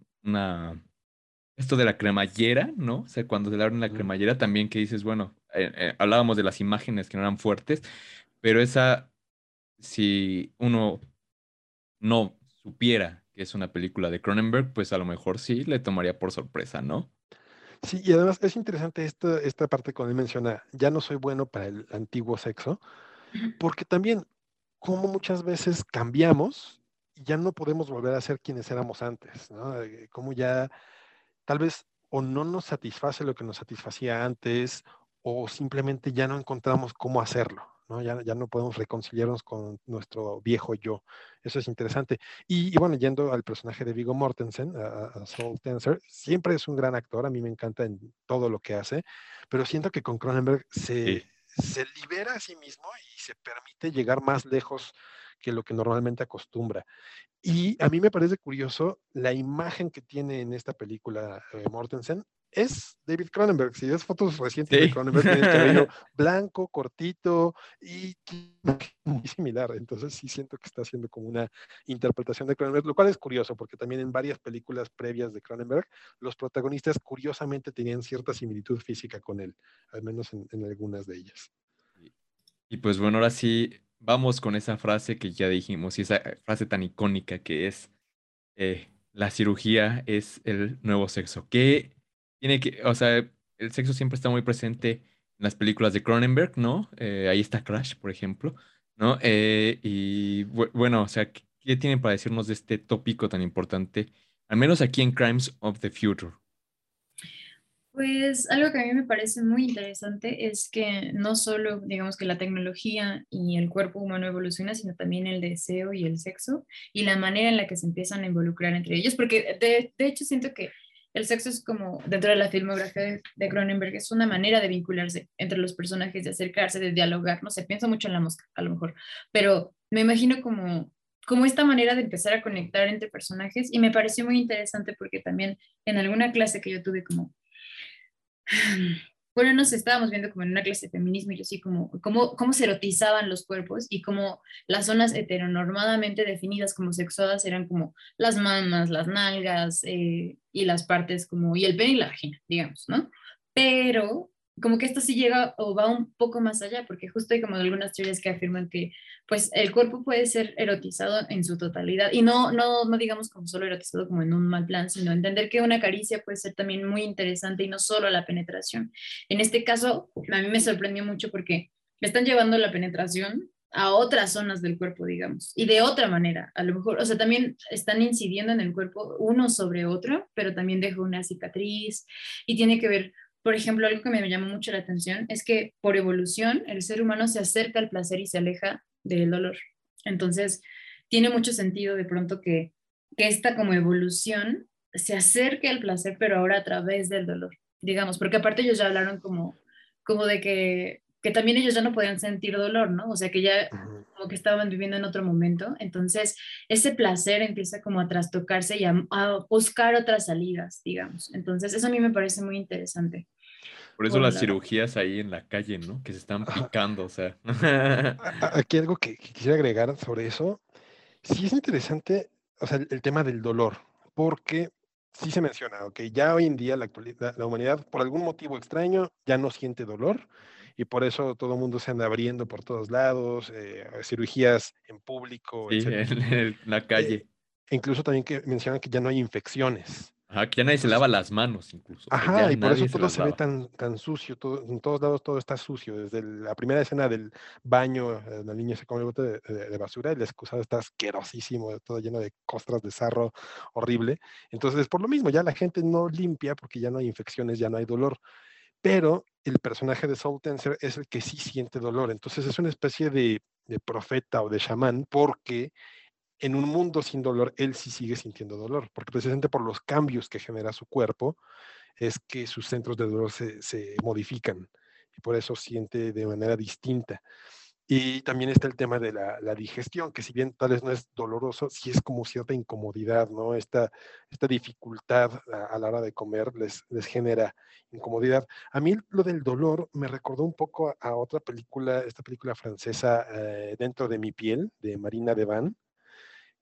una, esto de la cremallera, ¿no? O sea, cuando se le abren la cremallera también que dices, bueno, eh, eh, hablábamos de las imágenes que no eran fuertes, pero esa, si uno no supiera que es una película de Cronenberg, pues a lo mejor sí le tomaría por sorpresa, ¿no? Sí, y además es interesante esta, esta parte cuando él menciona, ya no soy bueno para el antiguo sexo, porque también, como muchas veces cambiamos y ya no podemos volver a ser quienes éramos antes, ¿no? Eh, Como ya tal vez o no nos satisface lo que nos satisfacía antes, o simplemente ya no encontramos cómo hacerlo, ¿no? Ya, ya no podemos reconciliarnos con nuestro viejo yo. Eso es interesante. Y, y bueno, yendo al personaje de Viggo Mortensen, a, a Saul Tenser, siempre es un gran actor, a mí me encanta en todo lo que hace, pero siento que con Cronenberg se, Sí. se libera a sí mismo y se permite llegar más lejos que lo que normalmente acostumbra. Y a mí me parece curioso la imagen que tiene en esta película eh, Mortensen. Es David Cronenberg. Si ves fotos recientes de Sí. Cronenberg, tiene el cabello blanco, cortito y muy similar. Entonces sí siento que está haciendo como una interpretación de Cronenberg, lo cual es curioso porque también en varias películas previas de Cronenberg, los protagonistas curiosamente tenían cierta similitud física con él, al menos en, en algunas de ellas. Y y pues bueno, ahora sí, vamos con esa frase que ya dijimos y esa frase tan icónica que es eh, la cirugía es el nuevo sexo. Que tiene que, o sea, el sexo siempre está muy presente en las películas de Cronenberg, ¿no? Eh, ahí está Crash, por ejemplo, ¿no? Eh, y bu- bueno, o sea, ¿qué, qué tienen para decirnos de este tópico tan importante? Al menos aquí en Crimes of the Future. Pues algo que a mí me parece muy interesante es que no solo, digamos que la tecnología y el cuerpo humano evoluciona, sino también el deseo y el sexo y la manera en la que se empiezan a involucrar entre ellos, porque de, de hecho siento que el sexo es como, dentro de la filmografía de, de Cronenberg, es una manera de vincularse entre los personajes, de acercarse, de dialogar, no sé, pienso mucho en la mosca, a lo mejor, pero me imagino como, como esta manera de empezar a conectar entre personajes y me pareció muy interesante porque también en alguna clase que yo tuve como bueno, nos estábamos viendo como en una clase de feminismo y yo sí como cómo, cómo se erotizaban los cuerpos y cómo las zonas heteronormadamente definidas como sexuadas eran como las mamas, las nalgas eh, y las partes como, y el pene y la vagina, digamos, ¿no? Pero como que esto sí llega o va un poco más allá, porque justo hay como algunas teorías que afirman que pues el cuerpo puede ser erotizado en su totalidad y no, no, no digamos como solo erotizado como en un mal plan, sino entender que una caricia puede ser también muy interesante y no solo la penetración. En este caso, a mí me sorprendió mucho porque le están llevando la penetración a otras zonas del cuerpo, digamos, y de otra manera, a lo mejor, o sea, también están incidiendo en el cuerpo uno sobre otro, pero también deja una cicatriz y tiene que ver, por ejemplo, algo que me llamó mucho la atención es que por evolución el ser humano se acerca al placer y se aleja del dolor. Entonces, tiene mucho sentido de pronto que, que esta como evolución se acerque al placer, pero ahora a través del dolor, digamos, porque aparte ellos ya hablaron como, como de que, que también ellos ya no podían sentir dolor, ¿no? O sea, que ya Ujú. como que estaban viviendo en otro momento, entonces ese placer empieza como a trastocarse y a, a buscar otras salidas, digamos. Entonces, eso a mí me parece muy interesante. Por eso Por un las lado. cirugías ahí en la calle, ¿no? Que se están Ajá. picando, o sea. A- a- Aquí algo que, que quisiera agregar sobre eso. Sí es interesante, o sea, el, el tema del dolor, porque sí se menciona, ok, ya hoy en día la, actualidad, la humanidad por algún motivo extraño ya no siente dolor y por eso todo el mundo se anda abriendo por todos lados, eh, cirugías en público, Sí, etcétera. en el- la Eh, calle. e incluso también que mencionan que ya no hay infecciones. Ajá, que ya nadie se Entonces, lava las manos incluso, o sea, ya ajá, y por eso nadie se todo las se ve lava. tan, tan sucio, todo, en todos lados todo está sucio, desde la primera escena del baño, eh, la niña se come el bote de, de- de basura, el excusado está asquerosísimo, todo lleno de costras de sarro, horrible. Entonces, por lo mismo, ya la gente no limpia porque ya no hay infecciones, ya no hay dolor, pero el personaje de Soul Tenser es el que sí siente dolor, entonces es una especie de, de profeta o de chamán porque en un mundo sin dolor, él sí sigue sintiendo dolor, porque precisamente por los cambios que genera su cuerpo, es que sus centros de dolor se, se modifican y por eso siente de manera distinta. Y también está el tema de la, la, digestión, que si bien tal vez no es doloroso, sí es como cierta incomodidad, ¿no? Esta, esta dificultad a, a, la hora de comer les, les genera incomodidad. A mí lo del dolor me recordó un poco a, a otra película, esta película francesa, eh, Dentro de mi piel, de Marina Devan,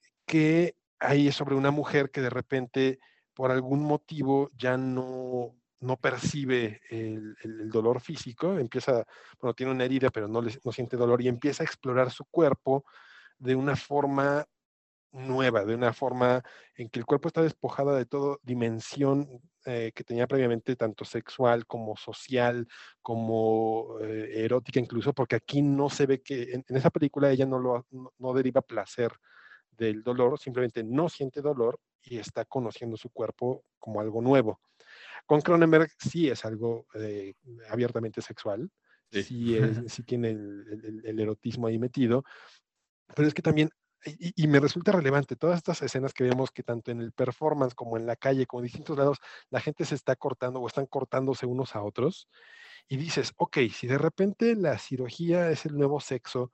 que ahí es sobre una mujer que de repente, por algún motivo, ya no no percibe el, el, el dolor físico, empieza, bueno, tiene una herida, pero no, le, no siente dolor y empieza a explorar su cuerpo de una forma nueva, de una forma en que el cuerpo está despojado de toda dimensión eh, que tenía previamente, tanto sexual como social, como eh, erótica incluso, porque aquí no se ve que, en, en esa película ella no, lo, no, no deriva placer del dolor, simplemente no siente dolor y está conociendo su cuerpo como algo nuevo. Con Cronenberg sí es algo eh, abiertamente sexual, Sí. sí, es, sí tiene el, el, el erotismo ahí metido, pero es que también, y, y, me resulta relevante, todas estas escenas que vemos que tanto en el performance como en la calle, como en distintos lados, la gente se está cortando o están cortándose unos a otros, y dices, ok, si de repente la cirugía es el nuevo sexo,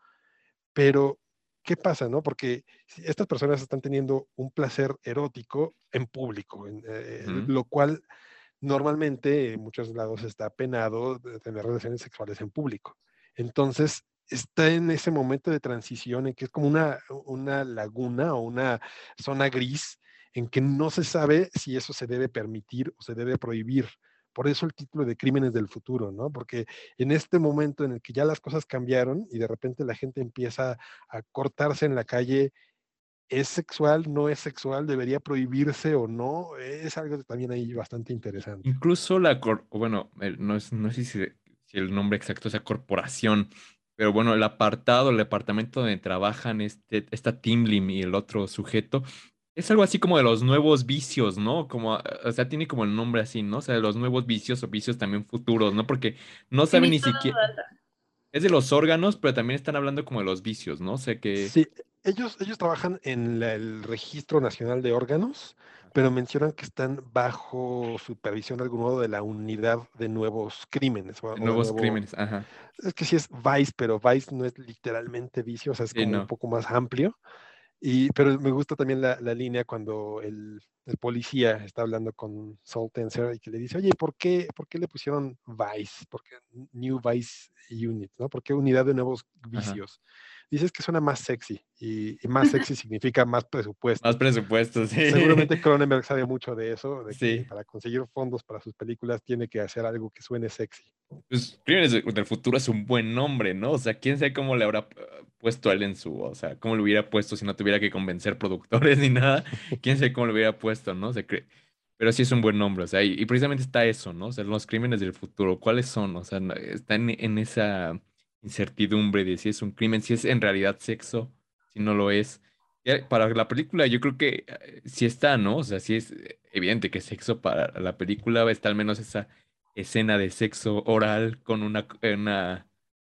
pero ¿qué pasa, no? Porque estas personas están teniendo un placer erótico en público, en, eh, uh-huh. lo cual normalmente en muchos lados está penado de tener relaciones sexuales en público. Entonces, está en ese momento de transición en que es como una, una laguna o una zona gris en que no se sabe si eso se debe permitir o se debe prohibir. Por eso el título de Crímenes del Futuro, ¿no? Porque en este momento en el que ya las cosas cambiaron y de repente la gente empieza a cortarse en la calle, ¿es sexual, no es sexual, debería prohibirse o no? Es algo también ahí bastante interesante. Incluso la, cor bueno, no, es, no sé si, si el nombre exacto es la corporación, pero bueno, el apartado, el departamento donde trabajan este, esta Timlim y el otro sujeto, es algo así como de los nuevos vicios, ¿no? Como, o sea, tiene como el nombre así, ¿no? O sea, de los nuevos vicios o vicios también futuros, ¿no? Porque no saben ni siquiera... Es de los órganos, pero también están hablando como de los vicios, ¿no? O sea que... Sí, ellos, ellos trabajan en la, el Registro Nacional de Órganos, pero mencionan que están bajo supervisión de algún modo de la Unidad de Nuevos Crímenes. O, de o nuevos de nuevo, crímenes, ajá. Es que sí es Vice, pero Vice no es literalmente vicio, o sea, es sí, como no. un poco más amplio. Y, pero me gusta también la, la línea cuando el, el, policía está hablando con Saul Tenser y que le dice, oye, ¿por qué, ¿por qué le pusieron Vice? ¿Por qué New Vice Unit? ¿No? ¿Por qué unidad de nuevos vicios? Ajá. Dices que suena más sexy y, y más sexy significa más presupuesto. Más presupuesto, sí. Seguramente Cronenberg sabe mucho de eso, de sí. que para conseguir fondos para sus películas tiene que hacer algo que suene sexy. Pues Crímenes del Futuro es un buen nombre, ¿no? O sea, quién sabe cómo le habrá puesto a él en su, o sea, cómo le hubiera puesto si no tuviera que convencer productores ni nada, quién sabe cómo le hubiera puesto, ¿no? O sea, pero sí es un buen nombre, o sea, y, y precisamente está eso, ¿no? O sea, los crímenes del futuro, ¿cuáles son? O sea, están en esa incertidumbre de si es un crimen, si es en realidad sexo, si no lo es. Para la película yo creo que sí está, ¿no? O sea, sí es evidente que sexo para la película está al menos esa escena de sexo oral con una, una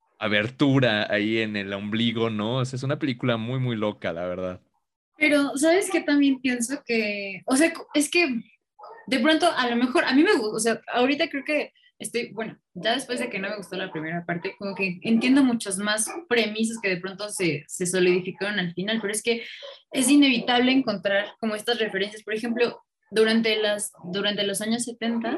abertura ahí en el ombligo, ¿no? O sea, es una película muy, muy loca, la verdad. Pero, ¿sabes qué? También pienso que, o sea, es que de pronto a lo mejor, a mí me gusta, o sea, ahorita creo que estoy, bueno, ya después de que no me gustó la primera parte, como que entiendo muchas más premisas que de pronto se, se solidificaron al final, pero es que es inevitable encontrar como estas referencias. Por ejemplo, durante, las, durante los años setenta,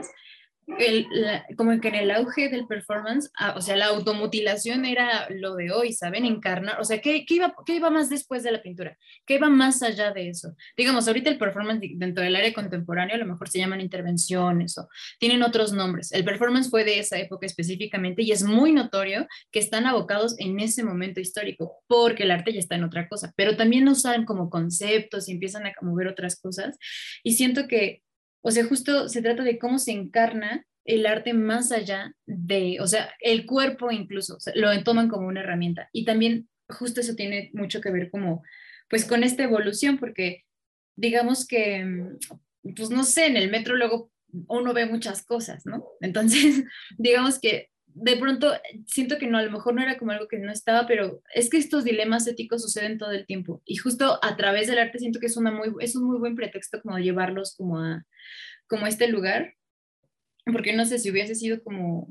el, la, como que en el auge del performance, ah, o sea, la automutilación era lo de hoy, ¿saben? Encarnar, o sea, ¿qué, qué, iba, ¿qué iba más después de la pintura? ¿Qué iba más allá de eso? Digamos, ahorita el performance dentro del área contemporánea a lo mejor se llaman intervenciones o tienen otros nombres. El performance fue de esa época específicamente y es muy notorio que están abocados en ese momento histórico porque el arte ya está en otra cosa, pero también usan como conceptos y empiezan a mover otras cosas y siento que o sea, justo se trata de cómo se encarna el arte más allá de, o sea, el cuerpo incluso, o sea, lo toman como una herramienta. Y también justo eso tiene mucho que ver como, pues con esta evolución, porque digamos que, pues no sé, en el metro luego uno ve muchas cosas, ¿no? Entonces, digamos que de pronto siento que no, a lo mejor no era como algo que no estaba, pero es que estos dilemas éticos suceden todo el tiempo y justo a través del arte siento que es, una muy, es un muy buen pretexto como llevarlos como a, como a este lugar, porque no sé si hubiese sido como,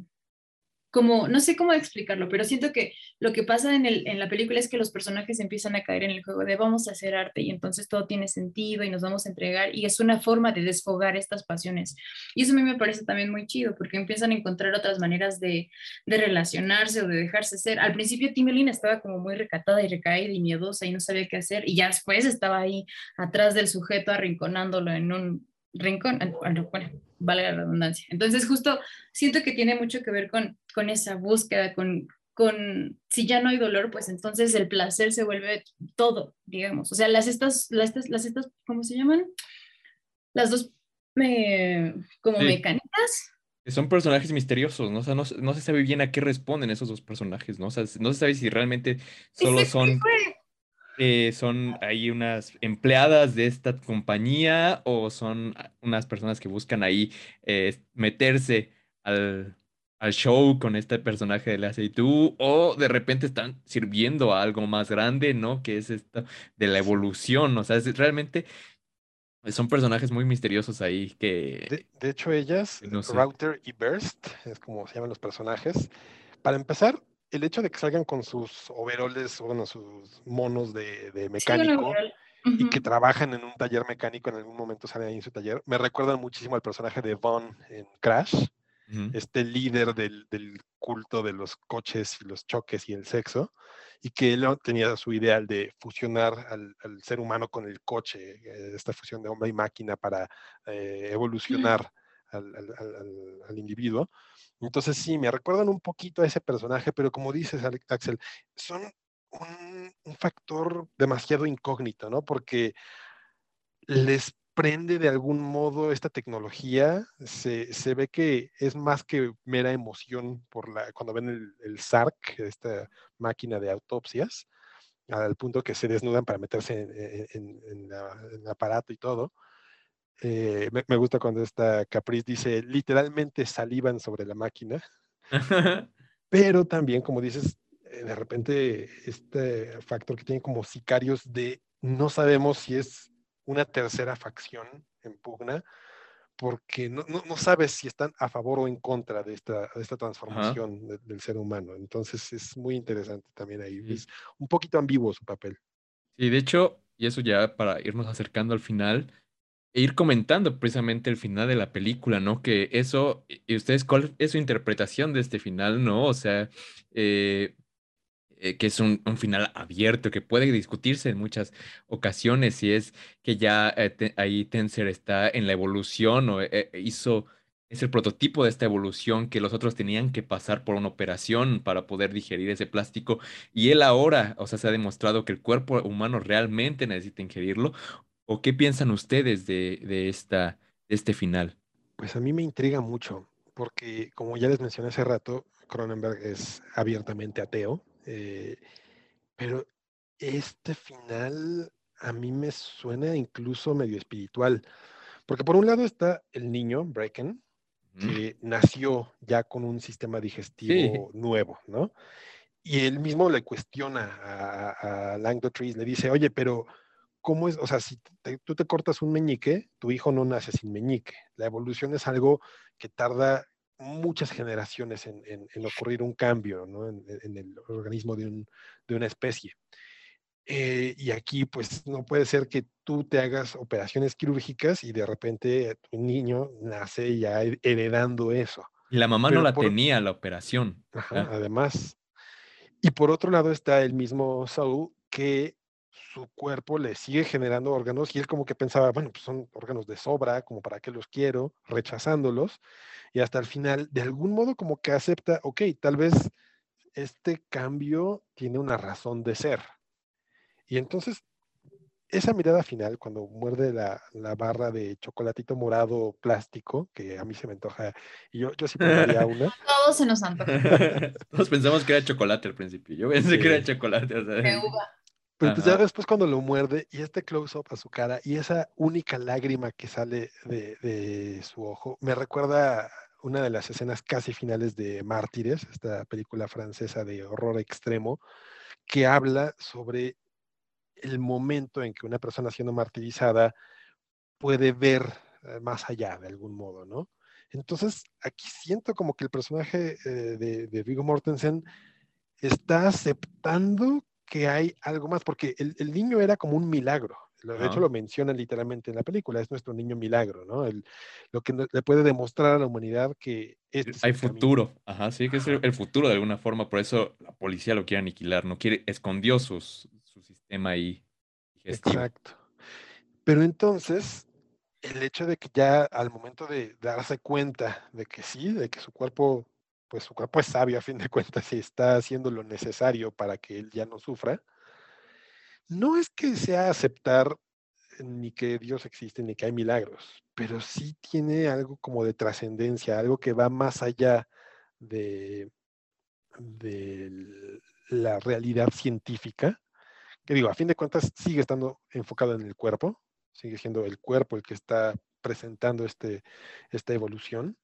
como, no sé cómo explicarlo, pero siento que lo que pasa en, el, en la película es que los personajes empiezan a caer en el juego de vamos a hacer arte y entonces todo tiene sentido y nos vamos a entregar y es una forma de desfogar estas pasiones. Y eso a mí me parece también muy chido porque empiezan a encontrar otras maneras de, de relacionarse o de dejarse ser. Al principio Timelina estaba como muy recatada y recaída y miedosa y no sabía qué hacer y ya después estaba ahí atrás del sujeto arrinconándolo en un rincón, bueno, bueno, vale la redundancia. Entonces justo siento que tiene mucho que ver con, con esa búsqueda, con, con, si ya no hay dolor, pues entonces el placer se vuelve todo, digamos. O sea, las estas, las estas, las estas, ¿cómo se llaman? Las dos eh, como Sí, mecánicas. que son personajes misteriosos, ¿no? O sea, no, se no se sabe bien a qué responden esos dos personajes, ¿no? O sea, no se sabe si realmente solo Exacto, son fue. eh, son ahí unas empleadas de esta compañía o son unas personas que buscan ahí eh, meterse al, al show con este personaje de la Seytu o de repente están sirviendo a algo más grande, ¿no? Que es esto de la Sí. evolución, o sea, es, realmente son personajes muy misteriosos ahí De, que, de hecho, ellas, que no sé. Router y Burst, es como se llaman los personajes. Para empezar, el hecho de que salgan con sus overoles, o bueno, sus monos de, de Sí, bueno, mecánico real. y que Ujú. trabajan en un taller mecánico, en algún momento salen ahí en su taller, me recuerdan muchísimo al personaje de Vaughn en Crash, Ujú. este líder del, del culto de los coches y los choques y el sexo, y que él tenía su ideal de fusionar al, al ser humano con el coche, eh, esta fusión de hombre y máquina para eh, evolucionar al, al, al, al, individuo. Entonces sí, me recuerdan un poquito a ese personaje, pero como dices, Axel, son un, un factor demasiado incógnito, ¿no? Porque les prende de algún modo esta tecnología, se, se ve que es más que mera emoción por la, cuando ven el, el S A R C, esta máquina de autopsias, al punto que se desnudan para meterse en, en, en, la, en el aparato y todo. Eh, me, me, gusta cuando esta Caprice dice, literalmente salivan sobre la máquina, pero también, como dices, de repente este factor que tiene como sicarios de no sabemos si es una tercera facción en pugna, porque no, no, no sabes si están a favor o en contra de esta, de esta Ajá, transformación de, del ser humano. Entonces es muy interesante también ahí. sí. Es un poquito ambiguo su papel. Sí, de hecho, y eso ya para irnos acercando al final. E ir comentando precisamente el final de la película, ¿no? Que eso, y ustedes, ¿cuál es su interpretación de este final, ¿no? O sea, eh, eh, que es un, un final abierto, que puede discutirse en muchas ocasiones, si es que ya eh, te- ahí Tenser está en la evolución o eh, eh, hizo, es el prototipo de esta evolución que los otros tenían que pasar por una operación para poder digerir ese plástico y él ahora, o sea, se ha demostrado que el cuerpo humano realmente necesita ingerirlo. ¿O qué piensan ustedes de, de esta, de este final? Pues a mí me intriga mucho, porque como ya les mencioné hace rato, Cronenberg es abiertamente ateo, eh, pero este final a mí me suena incluso medio espiritual, porque por un lado está el niño, Bracken, Ujú. que nació ya con un sistema Sí, digestivo nuevo, ¿no? Y él mismo le cuestiona a, a Langdotris, le dice, oye, pero ¿cómo es? O sea, si te, tú te cortas un meñique, tu hijo no nace sin meñique. La evolución es algo que tarda muchas generaciones en, en, en ocurrir un cambio, ¿no? En, en el organismo de, un, de, una especie. Eh, y aquí, pues, no puede ser que tú te hagas operaciones quirúrgicas y de repente tu niño nace ya heredando eso. y la mamá no Pero la por, tenía la operación. ajá, Ajá. además, y por otro lado está el mismo Saúl que su cuerpo le sigue generando órganos y él como que pensaba, bueno, pues son órganos de sobra, como para qué los quiero, rechazándolos, y hasta el final, de algún modo como que acepta, ok, tal vez este cambio tiene una razón de ser. Y entonces, esa mirada final, cuando muerde la, la barra de chocolatito morado plástico, que a mí se me antoja, y yo, yo sí probaría una. Todo se nos antoja. Todos pensamos que era chocolate al principio. Yo pensé que era Sí. chocolate, o sea, De uva. Pero pues ya ajá. después cuando lo muerde y este close-up a su cara y esa única lágrima que sale de, de su ojo, me recuerda una de las escenas casi finales de Mártires, esta película francesa de horror extremo, que habla sobre el momento en que una persona siendo martirizada puede ver eh, más allá de algún modo, ¿no? Entonces, aquí siento como que el personaje eh, de, de Viggo Mortensen está aceptando que hay algo más, porque el, el niño era como un milagro. De hecho, Ajá. lo mencionan literalmente en la película, es nuestro niño milagro, ¿no? El, lo que le puede demostrar a la humanidad que este es Hay el camino. futuro. Ajá, sí, que es el, Ajá, el futuro de alguna forma. Por eso la policía lo quiere aniquilar. No quiere, escondió sus, su sistema ahí digestivo. exacto. Pero entonces, el hecho de que ya al momento de darse cuenta de que sí, de que su cuerpo, pues su cuerpo es sabio a fin de cuentas y está haciendo lo necesario para que él ya no sufra, no es que sea aceptar ni que Dios existe ni que hay milagros, pero sí tiene algo como de trascendencia, algo que va más allá de, de la realidad científica, que digo, a fin de cuentas sigue estando enfocado en el cuerpo, sigue siendo el cuerpo el que está presentando este, esta evolución,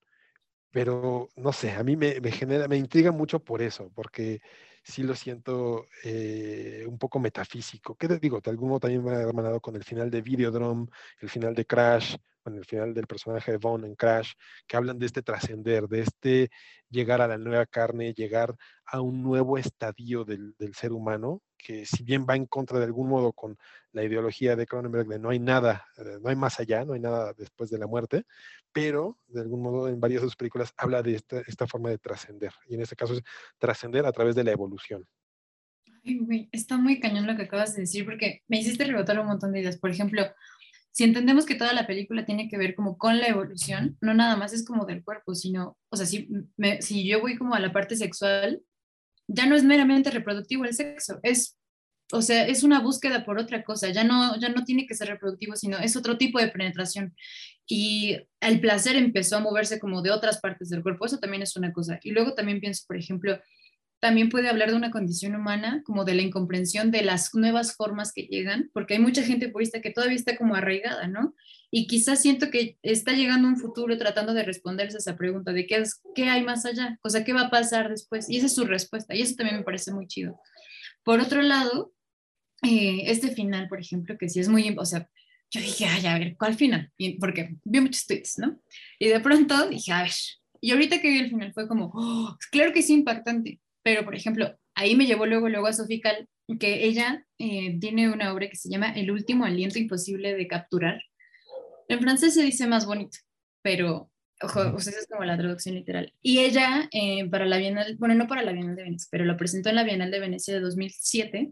pero no sé, a mí me, me genera, me intriga mucho por eso, porque sí lo siento eh, un poco metafísico. ¿Qué te digo? De algún modo también me ha hermanado con el final de Videodrome, el final de Crash, con el final del personaje de Vaughn en Crash, que hablan de este trascender, de este llegar a la nueva carne, llegar a un nuevo estadio del, del ser humano, que si bien va en contra de algún modo con la ideología de Cronenberg de no hay nada, eh, no hay más allá, no hay nada después de la muerte, pero de algún modo en varias de sus películas habla de esta, esta forma de trascender, y en este caso es trascender a través de la evolución. Ay, güey, está muy cañón lo que acabas de decir porque me hiciste rebotar un montón de ideas. Por ejemplo, si entendemos que toda la película tiene que ver como con la evolución, no nada más es como del cuerpo, sino, o sea, si, me, si yo voy como a la parte sexual, ya no es meramente reproductivo el sexo, es, o sea, es una búsqueda por otra cosa, ya no, ya no tiene que ser reproductivo, sino es otro tipo de penetración. Y el placer empezó a moverse como de otras partes del cuerpo, eso también es una cosa. Y luego también pienso, por ejemplo, también puede hablar de una condición humana, como de la incomprensión de las nuevas formas que llegan, porque hay mucha gente purista que todavía está como arraigada, ¿no? Y quizás siento que está llegando un futuro tratando de responderse a esa pregunta de qué, es, qué hay más allá, o sea, qué va a pasar después. Y esa es su respuesta, y eso también me parece muy chido. Por otro lado, eh, este final, por ejemplo, que sí es muy, o sea, yo dije, ay, a ver, ¿cuál final? Y, porque vi muchos tweets, ¿no? Y de pronto dije, a ver, y ahorita que vi el final fue como, oh, claro que es impactante, pero por ejemplo, ahí me llevó luego, luego a Sophie Calle, que ella eh, tiene una obra que se llama El último aliento imposible de capturar. En francés se dice más bonito, pero ojo, o sea, esa es como la traducción literal. Y ella, eh, para la Bienal, bueno, no para la Bienal de Venecia, pero lo presentó en la Bienal de Venecia de dos mil siete,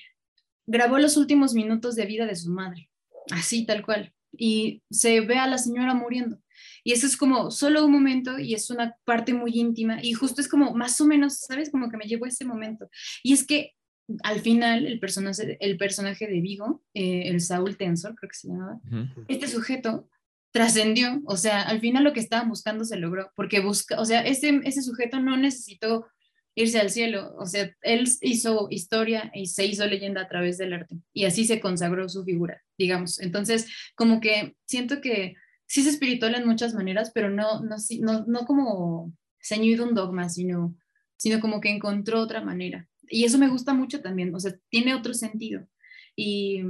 grabó los últimos minutos de vida de su madre, así tal cual, y se ve a la señora muriendo. Y eso es como solo un momento y es una parte muy íntima y justo es como más o menos, ¿sabes? Como que me llevó a ese momento. Y es que al final el personaje, el personaje de Vigo, eh, el Saúl Tensor, creo que se llamaba, Ujú. este sujeto trascendió, o sea, al final lo que estaban buscando se logró, porque busca, o sea, ese, ese sujeto no necesitó irse al cielo. O sea, él hizo historia y se hizo leyenda a través del arte y así se consagró su figura, digamos. Entonces, como que siento que sí es espiritual en muchas maneras, pero no, no, no, no como ceñido un dogma, sino, sino como que encontró otra manera. Y eso me gusta mucho también, o sea, tiene otro sentido. Y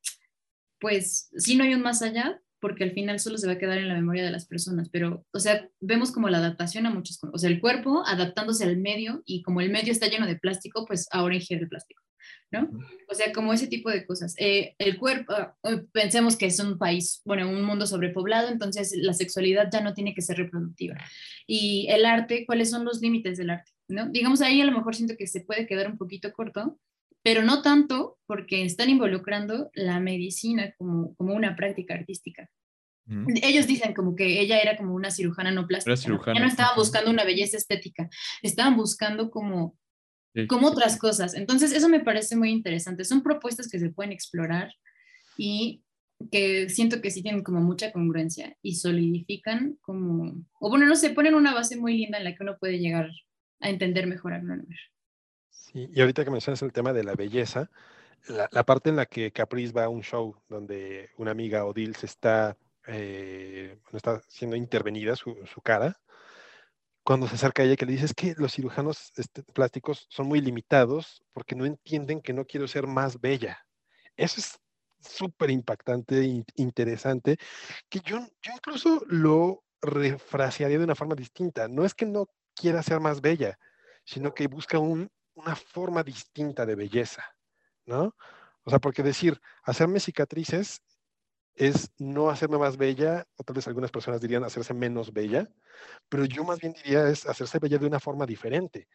pues sí no hay un más allá, porque al final solo se va a quedar en la memoria de las personas, pero, o sea, vemos como la adaptación a muchos, o sea, el cuerpo adaptándose al medio y como el medio está lleno de plástico, pues ahora ingiere el plástico, ¿no? O sea, como ese tipo de cosas. Eh, el cuerpo, uh, pensemos que es un país, bueno, un mundo sobrepoblado, entonces la sexualidad ya no tiene que ser reproductiva. Y el arte, ¿cuáles son los límites del arte? ¿No? Digamos, ahí a lo mejor siento que se puede quedar un poquito corto, pero no tanto porque están involucrando la medicina como, como una práctica artística. Ujú. Ellos dicen como que ella era como una cirujana no Era plástica, ¿no? Ya no cirujana. estaban Ujú. buscando una belleza estética, estaban buscando como, Sí. como otras cosas. Entonces, eso me parece muy interesante. Son propuestas que se pueden explorar y que siento que sí tienen como mucha congruencia y solidifican como, o bueno, no sé, ponen una base muy linda en la que uno puede llegar a entender mejor a Cronenberg. Sí, y ahorita que mencionas el tema de la belleza, la, la parte en la que Caprice va a un show donde una amiga Odile se está, eh, bueno, está siendo intervenida su, su cara, cuando se acerca a ella que le dice es que los cirujanos este, plásticos son muy limitados porque no entienden que no quiero ser más bella. Eso es súper impactante e interesante, que yo, yo incluso lo refrasearía de una forma distinta. No es que no quiera ser más bella, sino que busca un, una forma distinta de belleza, ¿no? O sea, porque decir, hacerme cicatrices es no hacerme más bella, o tal vez algunas personas dirían hacerse menos bella, pero yo más bien diría es hacerse bella de una forma diferente.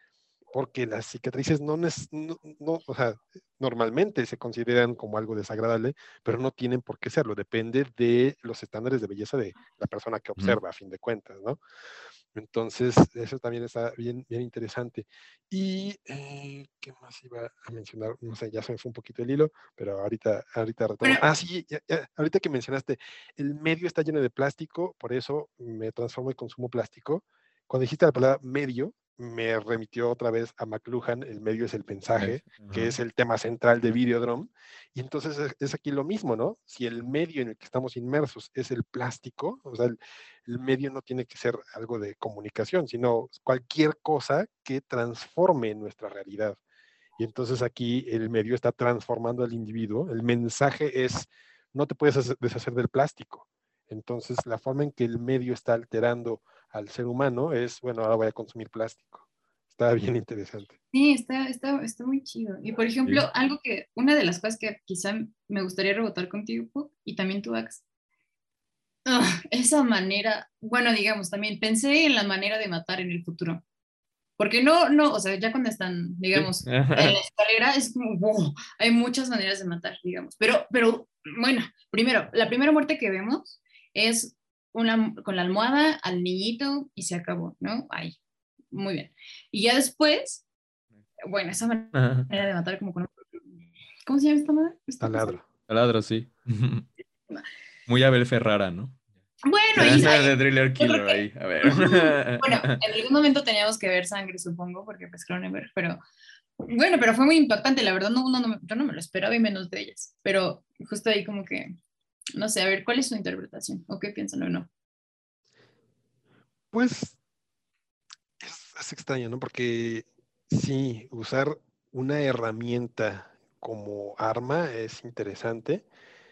porque las cicatrices no, no, no, o sea, normalmente se consideran como algo desagradable, pero no tienen por qué serlo, depende de los estándares de belleza de la persona que observa, uh-huh. a fin de cuentas, ¿no? Entonces, eso también está bien, bien interesante. Y, eh, ¿qué más iba a mencionar? No sé, ya se me fue un poquito el hilo, pero ahorita, ahorita retomo. Ah, sí, ya, ya, ahorita que mencionaste, el medio está lleno de plástico, por eso me transformo y consumo plástico. Cuando dijiste la palabra medio, me remitió otra vez a McLuhan, el medio es el mensaje, uh-huh. que es el tema central de Videodrome, y entonces es, es aquí lo mismo, ¿no? Si el medio en el que estamos inmersos es el plástico, o sea, el, el medio no tiene que ser algo de comunicación, sino cualquier cosa que transforme nuestra realidad. Y entonces aquí el medio está transformando al individuo, el mensaje es, no te puedes deshacer del plástico. Entonces la forma en que el medio está alterando al ser humano es, bueno, ahora voy a consumir plástico. Está bien interesante. Sí, está, está, está muy chido. Y por ejemplo, sí. algo que, una de las cosas que quizá me gustaría rebotar contigo, Puck, y también tú, Ax, oh, esa manera, bueno, digamos, también pensé en la manera de matar en el futuro. Porque no, no, o sea, ya cuando están, digamos, sí. en la escalera, es como, wow, hay muchas maneras de matar, digamos. Pero, pero, bueno, primero, la primera muerte que vemos es una, con la almohada al niñito y se acabó, ¿no? Ahí, muy bien. Y ya después, bueno, esa manera Ajá. de matar como con... ¿Cómo se llama esta madre? Taladro. Taladro, sí. Muy Abel Ferrara, ¿no? Bueno, y de Thriller Killer que, ahí, a ver. Bueno, en algún momento teníamos que ver sangre, supongo, porque pues Cronenberg, pero bueno, pero fue muy impactante, la verdad, no, no, no, yo no me lo esperaba y menos de ellas, pero justo ahí como que, no sé, a ver, ¿cuál es su interpretación? ¿O qué piensan o no? Pues es, es extraño, ¿no? Porque sí, usar una herramienta como arma es interesante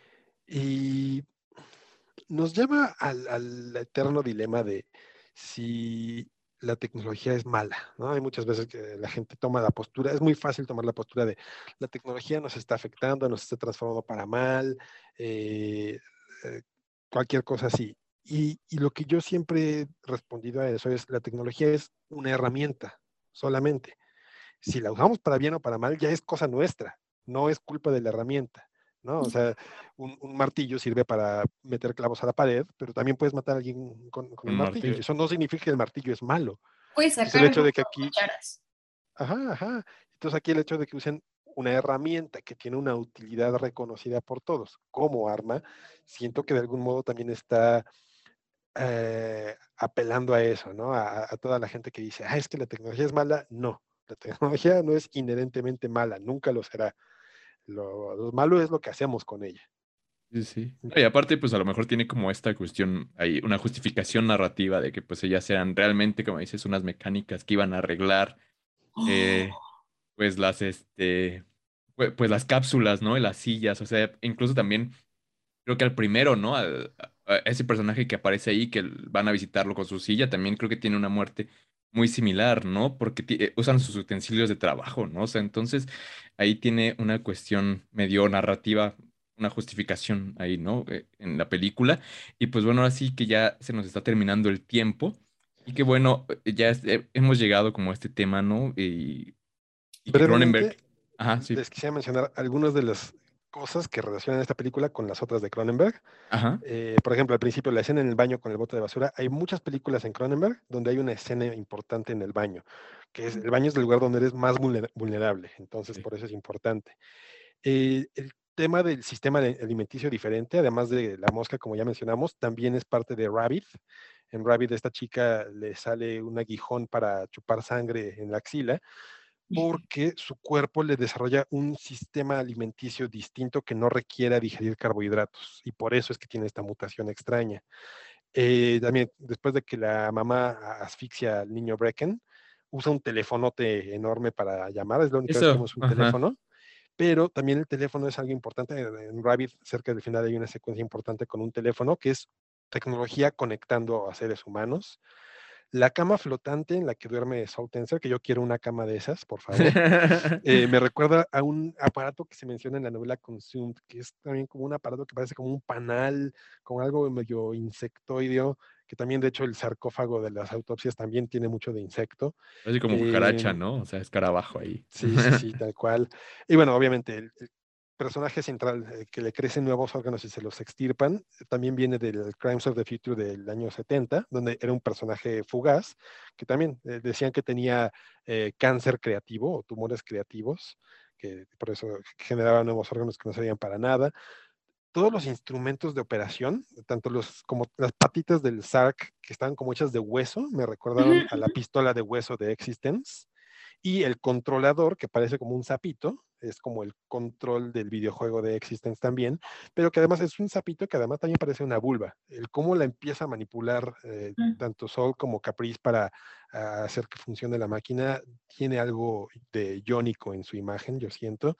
y nos lleva al, al eterno dilema de si la tecnología es mala, ¿no? Hay muchas veces que la gente toma la postura, es muy fácil tomar la postura de la tecnología nos está afectando, nos está transformando para mal, eh, eh, cualquier cosa así. Y, y lo que yo siempre he respondido a eso es, la tecnología es una herramienta solamente. Si la usamos para bien o para mal, ya es cosa nuestra, no es culpa de la herramienta. ¿No? O sea, un, un martillo sirve para meter clavos a la pared, pero también puedes matar a alguien con, con el martillo. martillo. Eso no significa que el martillo es malo. Puedes sacar Entonces, el hecho de que aquí... cucharas. Ajá, ajá. Entonces aquí el hecho de que usen una herramienta que tiene una utilidad reconocida por todos como arma, siento que de algún modo también está eh, apelando a eso, ¿no? A, a toda la gente que dice, ah, es que la tecnología es mala. No, la tecnología no es inherentemente mala, nunca lo será. Lo, lo malo es lo que hacemos con ella. Sí, sí. Y aparte, pues a lo mejor tiene como esta cuestión, hay una justificación narrativa de que pues ellas eran realmente, como dices, unas mecánicas que iban a arreglar eh, pues las, este, pues, pues las cápsulas, ¿no? Y las sillas, o sea, incluso también creo que al primero, ¿no? Al, a ese personaje que aparece ahí, que van a visitarlo con su silla, también creo que tiene una muerte muy similar, ¿no? Porque t- usan sus utensilios de trabajo, ¿no? O sea, entonces ahí tiene una cuestión medio narrativa, una justificación ahí, ¿no? Eh, en la película. Y pues bueno, ahora sí que ya se nos está terminando el tiempo. Y que bueno, eh, ya es- eh, hemos llegado como a este tema, ¿no? Y, y que Brevemente, Cronenberg. Ajá, sí. les quisiera mencionar algunas de las cosas que relacionan esta película con las otras de Cronenberg. Ajá. Eh, por ejemplo, al principio, la escena en el baño con el bote de basura. Hay muchas películas en Cronenberg donde hay una escena importante en el baño, que es el baño es el lugar donde eres más vulnerable, entonces Sí. por eso es importante. Eh, el tema del sistema alimenticio diferente, además de la mosca, como ya mencionamos, también es parte de Rabbit. En Rabbit, esta chica le sale un aguijón para chupar sangre en la axila, porque su cuerpo le desarrolla un sistema alimenticio distinto que no requiera digerir carbohidratos, y por eso es que tiene esta mutación extraña. Eh, también, después de que la mamá asfixia al niño Brecken, usa un telefonote enorme para llamar, es la única vez que Eso, vemos un ajá. teléfono, pero también el teléfono es algo importante. En Rabbit, cerca del final, hay una secuencia importante con un teléfono, que es tecnología conectando a seres humanos. La cama flotante en la que duerme Saul Tenser, que yo quiero una cama de esas, por favor, eh, me recuerda a un aparato que se menciona en la novela Consumed, que es también como un aparato que parece como un panal, con algo medio insectoideo, que también de hecho el sarcófago de las autopsias también tiene mucho de insecto. Así como Eh, cucaracha, ¿no? O sea, escarabajo ahí. sí, sí, sí, tal cual. Y bueno, obviamente el, el personaje central eh, que le crecen nuevos órganos y se los extirpan, eh, también viene del Crimes of the Future del año setenta, donde era un personaje fugaz, que también eh, decían que tenía eh, cáncer creativo o tumores creativos, que por eso generaba nuevos órganos que no servían para nada. Todos los instrumentos de operación, tanto los como las patitas del Sark, que estaban como hechas de hueso, me recordaron a la pistola de hueso de Existence, y el controlador, que parece como un sapito, es como el control del videojuego de Existence también, pero que además es un sapito que además también parece una vulva. El cómo la empieza a manipular eh, tanto Sol como Caprice para uh, hacer que funcione la máquina, tiene algo de iónico en su imagen, yo siento.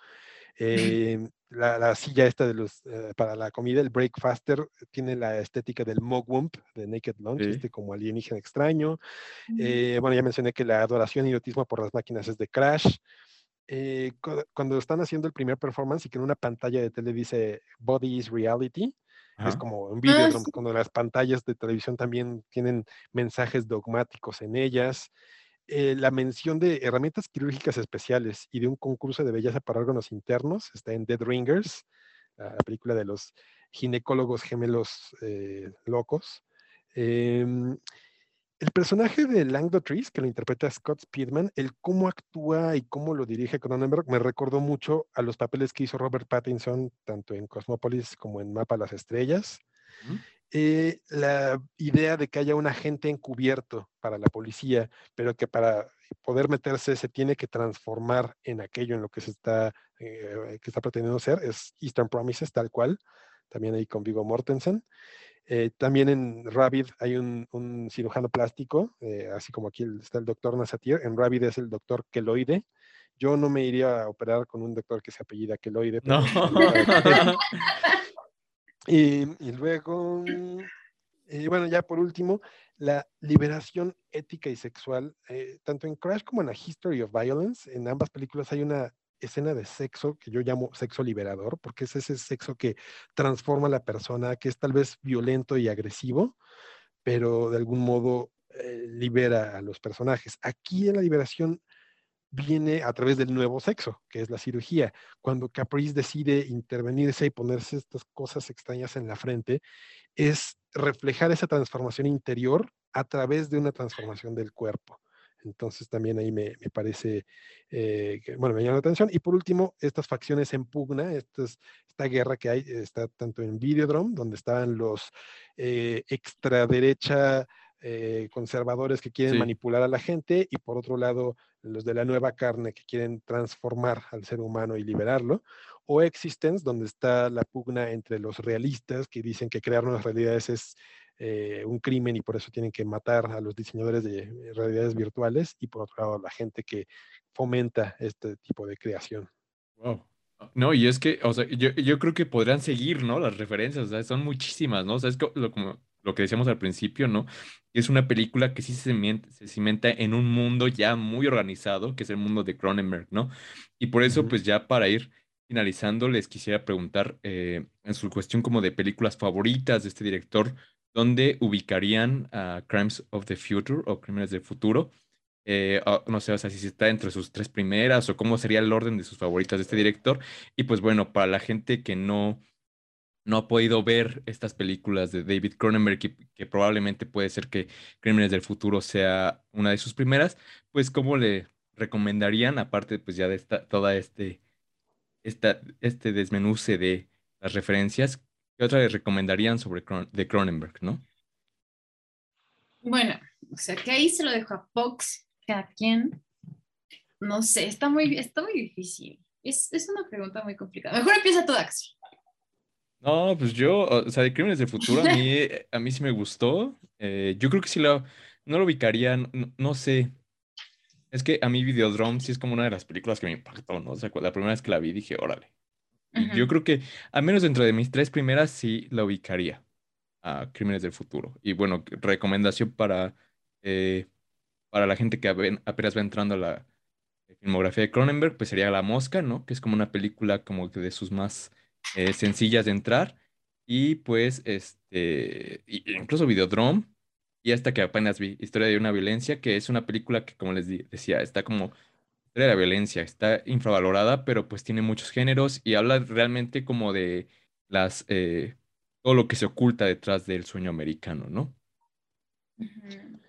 Eh, la, la, silla esta de los, uh, para la comida, el Breakfaster, tiene la estética del Mogwump de Naked Lunch, Sí. este como alienígena extraño. Eh, bueno, ya mencioné que la adoración y erotismo por las máquinas es de Crash. Eh, cu cuando están haciendo el primer performance y que en una pantalla de tele dice Body is Reality, es Ajá. como un Ah, Videodrome, sí. cuando las pantallas de televisión también tienen mensajes dogmáticos en ellas. Eh, la mención de herramientas quirúrgicas especiales y de un concurso de belleza para órganos internos está en Dead Ringers, la película de los ginecólogos gemelos eh, locos. Eh, el personaje de Langdotris, que lo interpreta Scott Speedman, el cómo actúa y cómo lo dirige Cronenberg, me recordó mucho a los papeles que hizo Robert Pattinson, tanto en Cosmópolis como en Mapa a las Estrellas. ¿Mm? Eh, la idea de que haya un agente encubierto para la policía, pero que para poder meterse se tiene que transformar en aquello en lo que se está, eh, que está pretendiendo ser, es Eastern Promises, tal cual, también ahí con Viggo Mortensen. Eh, también en Rabbit hay un, un cirujano plástico, eh, así como aquí el, está el doctor Nasatir. En Rabbit es el doctor Keloide. Yo no me iría a operar con un doctor que se apellida Keloide, pero No. bueno, ahí cada quien. Y, y luego, y bueno, ya por último, la liberación ética y sexual, eh, tanto en Crash como en A History of Violence, en ambas películas hay una escena de sexo que yo llamo sexo liberador, porque es ese sexo que transforma a la persona, que es tal vez violento y agresivo, pero de algún modo eh, libera a los personajes. Aquí en la liberación viene a través del nuevo sexo, que es la cirugía. Cuando Caprice decide intervenirse y ponerse estas cosas extrañas en la frente, es reflejar esa transformación interior a través de una transformación del cuerpo. Entonces también ahí me, me parece, eh, que, bueno, me llama la atención. Y por último, estas facciones en pugna, estas, esta guerra que hay, está tanto en Videodrome, donde estaban los eh, extraderecha eh, conservadores que quieren Sí. manipular a la gente, y por otro lado, los de la nueva carne que quieren transformar al ser humano y liberarlo, o Existence, donde está la pugna entre los realistas que dicen que crear nuevas realidades es eh, un crimen y por eso tienen que matar a los diseñadores de realidades virtuales, y por otro lado la gente que fomenta este tipo de creación. Wow. No, y es que, o sea, yo, yo creo que podrían seguir, ¿no? Las referencias, o sea, son muchísimas, ¿no? O sea, es co- lo, como lo que decíamos al principio, ¿no? Es una película que sí se cimenta, se cimenta en un mundo ya muy organizado, que es el mundo de Cronenberg, ¿no? Y por eso, Ujú. pues ya para ir finalizando, les quisiera preguntar, eh, en su cuestión como de películas favoritas de este director, ¿dónde ubicarían a Crimes of the Future o Crímenes del Futuro? Eh, ah, no sé, o sea, si está entre sus tres primeras o cómo sería el orden de sus favoritas de este director. Y pues bueno, para la gente que no, no ha podido ver estas películas de David Cronenberg, que, que probablemente puede ser que Crímenes del Futuro sea una de sus primeras, pues ¿cómo le recomendarían, aparte pues ya de esta, toda este, esta, este desmenuce de las referencias, qué otra le recomendarían sobre Cron- de Cronenberg, ¿no? Bueno, o sea que ahí se lo dejo a Fox, cada quien. No sé, está muy, está muy difícil. Es, es una pregunta muy complicada. Mejor empieza tú, Axel. No, pues yo, o sea, de Crímenes del Futuro a mí, a mí sí me gustó. Eh, yo creo que sí lo, no lo ubicaría, no, no sé. Es que a mí Videodrome sí es como una de las películas que me impactó, ¿no? O sea, cu- la primera vez que la vi dije, órale. Y yo Ujú. creo que, al menos dentro de mis tres primeras, sí la ubicaría a Crímenes del Futuro. Y bueno, recomendación para, eh, para la gente que apen- apenas va entrando a la filmografía de Cronenberg, pues sería La Mosca, ¿no? Que es como una película como que de sus más eh, sencillas de entrar. Y pues, este, y- incluso Videodrome. y esta que apenas vi, Historia de una violencia, que es una película que, como les di- decía, está como Historia de la violencia, está infravalorada, pero pues tiene muchos géneros y habla realmente como de las eh, todo lo que se oculta detrás del sueño americano, ¿no? Ujú.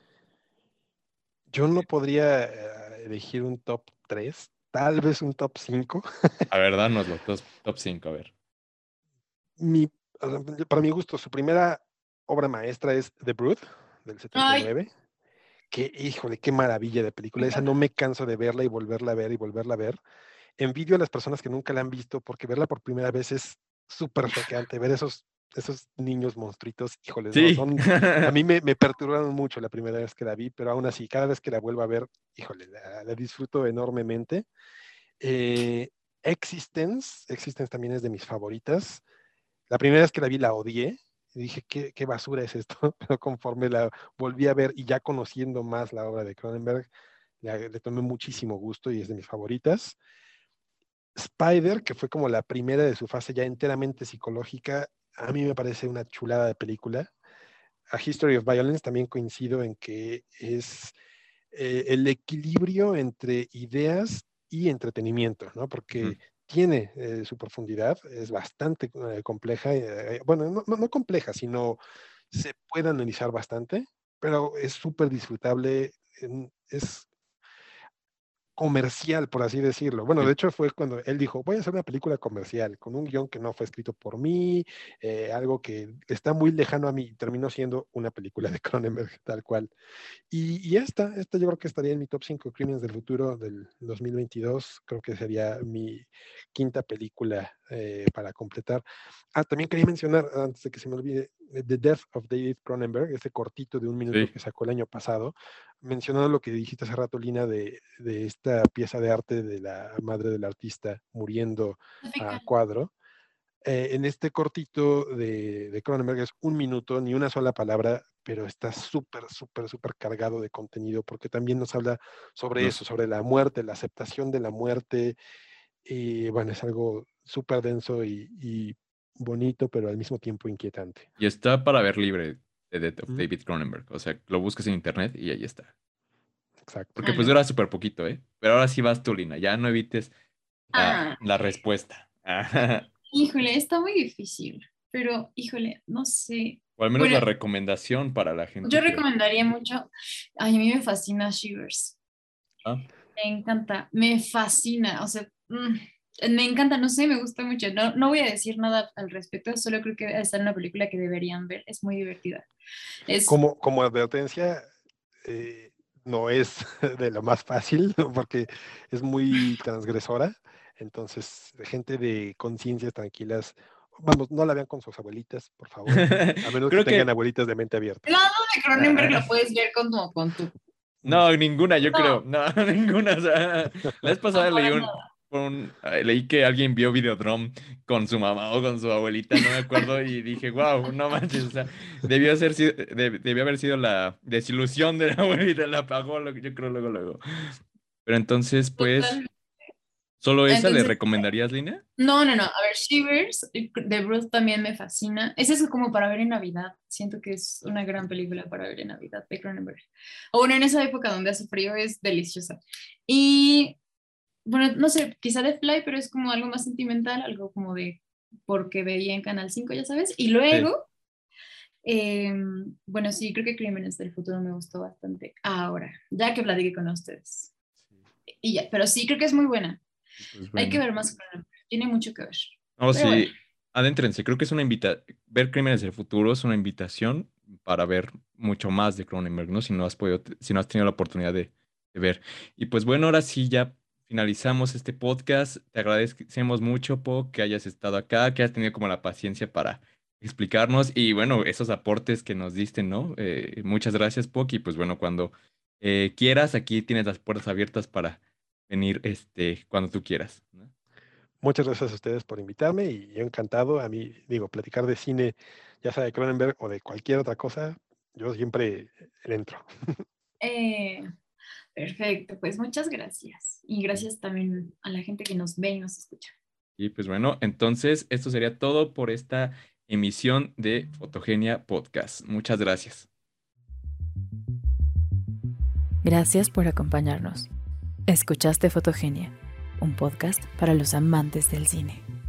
Yo no podría eh, elegir un top tres, tal vez un top cinco. A ver, danos los dos, top cinco, a ver. Mi, o sea, para mi gusto, su primera obra maestra es The Brood, del Ay, setenta y nueve. Que, híjole, qué maravilla de me película. Esa no encanta. me canso de verla y volverla a ver y volverla a ver. Envidio a las personas que nunca la han visto porque verla por primera vez es súper choqueante. Ver esos, esos niños monstruitos, híjoles, no, Sí. son, a mí me, me perturbaron mucho la primera vez que la vi, pero aún así, cada vez que la vuelvo a ver, híjole, la, la disfruto enormemente. Eh, Existence, Existence también es de mis favoritas. La primera vez que la vi la odié. Y dije, ¿qué, qué basura es esto? Pero conforme la volví a ver y ya conociendo más la obra de Cronenberg, le, le tomé muchísimo gusto y es de mis favoritas. Spider, que fue como la primera de su fase ya enteramente psicológica, a mí me parece una chulada de película. A History of Violence también coincido en que es eh, el equilibrio entre ideas y entretenimiento, ¿no? Ujú. Porque tiene eh, su profundidad, es bastante eh, compleja, eh, bueno, no, no, no compleja, sino se puede analizar bastante, pero es súper disfrutable, en, es comercial, por así decirlo. Bueno, de Sí. hecho fue cuando él dijo, voy a hacer una película comercial con un guión que no fue escrito por mí, eh, algo que está muy lejano a mí, y terminó siendo una película de Cronenberg, tal cual. Y, y esta, esta yo creo que estaría en mi top cinco crímenes del futuro del dos mil veintidós. Creo que sería mi quinta película eh, para completar. Ah, también quería mencionar, antes de que se me olvide, eh, The Death of David Cronenberg, ese cortito de un minuto Sí. que sacó el año pasado, mencionando lo que dijiste hace rato, Lina, de, de esta pieza de arte de la madre del artista muriendo a cuadro. Eh, en este cortito de, de Cronenberg es un minuto, ni una sola palabra, pero está súper, súper, súper cargado de contenido, porque también nos habla sobre Nos- eso, sobre la muerte, la aceptación de la muerte, y bueno, es algo súper denso y, y bonito, pero al mismo tiempo inquietante. y está para ver libre de Death of ¿Mm? David Cronenberg. O sea, lo buscas en internet y ahí está. Exacto. Porque Ah, pues no. dura súper poquito, ¿eh? Pero ahora sí vas tú, Lina. Ya no evites la, Ah, la respuesta. híjole, está muy difícil, pero híjole, no sé. O al menos Bueno, la recomendación para la yo gente que... recomendaría mucho, ay, a mí me fascina Shivers, Ah, me encanta, me fascina, o sea, mm, me encanta, no sé, me gusta mucho. No, no voy a decir nada al respecto, solo creo que está en una película que deberían ver, es muy divertida. Es, Como, como advertencia, eh, no es de lo más fácil, ¿no? Porque es muy transgresora. Entonces, gente de conciencias tranquilas, vamos, no la vean con sus abuelitas, por favor, a menos que creo tengan que... abuelitas de mente abierta. el lado de Cronenberg lo puedes ver con, tu- con tu... Mm. No, ninguna, yo No, creo. No, ninguna. O sea, la vez no, pasada leí para un, nada. un- eh, leí que alguien vio Videodrome con su mamá o con su abuelita, no me acuerdo, y dije, wow, no manches, o sea, debió ser, si- deb- debió haber sido la desilusión de la abuelita, la apagó, lo- yo creo luego, luego. Pero entonces, pues, Total. ¿solo esa le Entonces, recomendarías, Lina? no, no, no. A ver, Shivers de Bruce también me fascina. Ese es como para ver en Navidad. Siento que es una gran película para ver en Navidad de Cronenberg. O bueno, en esa época donde hace frío es deliciosa. Y bueno, no sé, quizá de Fly, pero es como algo más sentimental, algo como de porque veía en Canal cinco, ya sabes. Y Sí. luego, eh, bueno, sí, creo que Crímenes del Futuro me gustó bastante. Ahora, ya que platiqué con ustedes. Y ya, pero sí, creo que es muy buena. Sí, pues Hay que bueno. ver más Cronenberg. Tiene mucho que ver. Oh, Pero bueno. sí, adéntrense. Creo que es una invita ver Crímenes del Futuro es una invitación para ver mucho más de Cronenberg, ¿no? Si no has podido, si no has tenido la oportunidad de, de ver. Y pues bueno, ahora sí ya finalizamos este podcast. Te agradecemos mucho, Po, que hayas estado acá, que hayas tenido como la paciencia para explicarnos y bueno, esos aportes que nos diste, ¿no? Eh, muchas gracias, Po, y pues bueno, cuando eh, quieras, aquí tienes las puertas abiertas para venir, este, cuando tú quieras, ¿no? Muchas gracias a ustedes por invitarme y yo encantado. A mí, digo, platicar de cine, ya sea de Cronenberg o de cualquier otra cosa, yo siempre le entro. Eh, perfecto, pues muchas gracias. Y gracias también a la gente que nos ve y nos escucha. Y pues bueno, entonces esto sería todo por esta emisión de Fotogenia Podcast. Muchas gracias. Gracias por acompañarnos. Escuchaste Fotogenia, un podcast para los amantes del cine.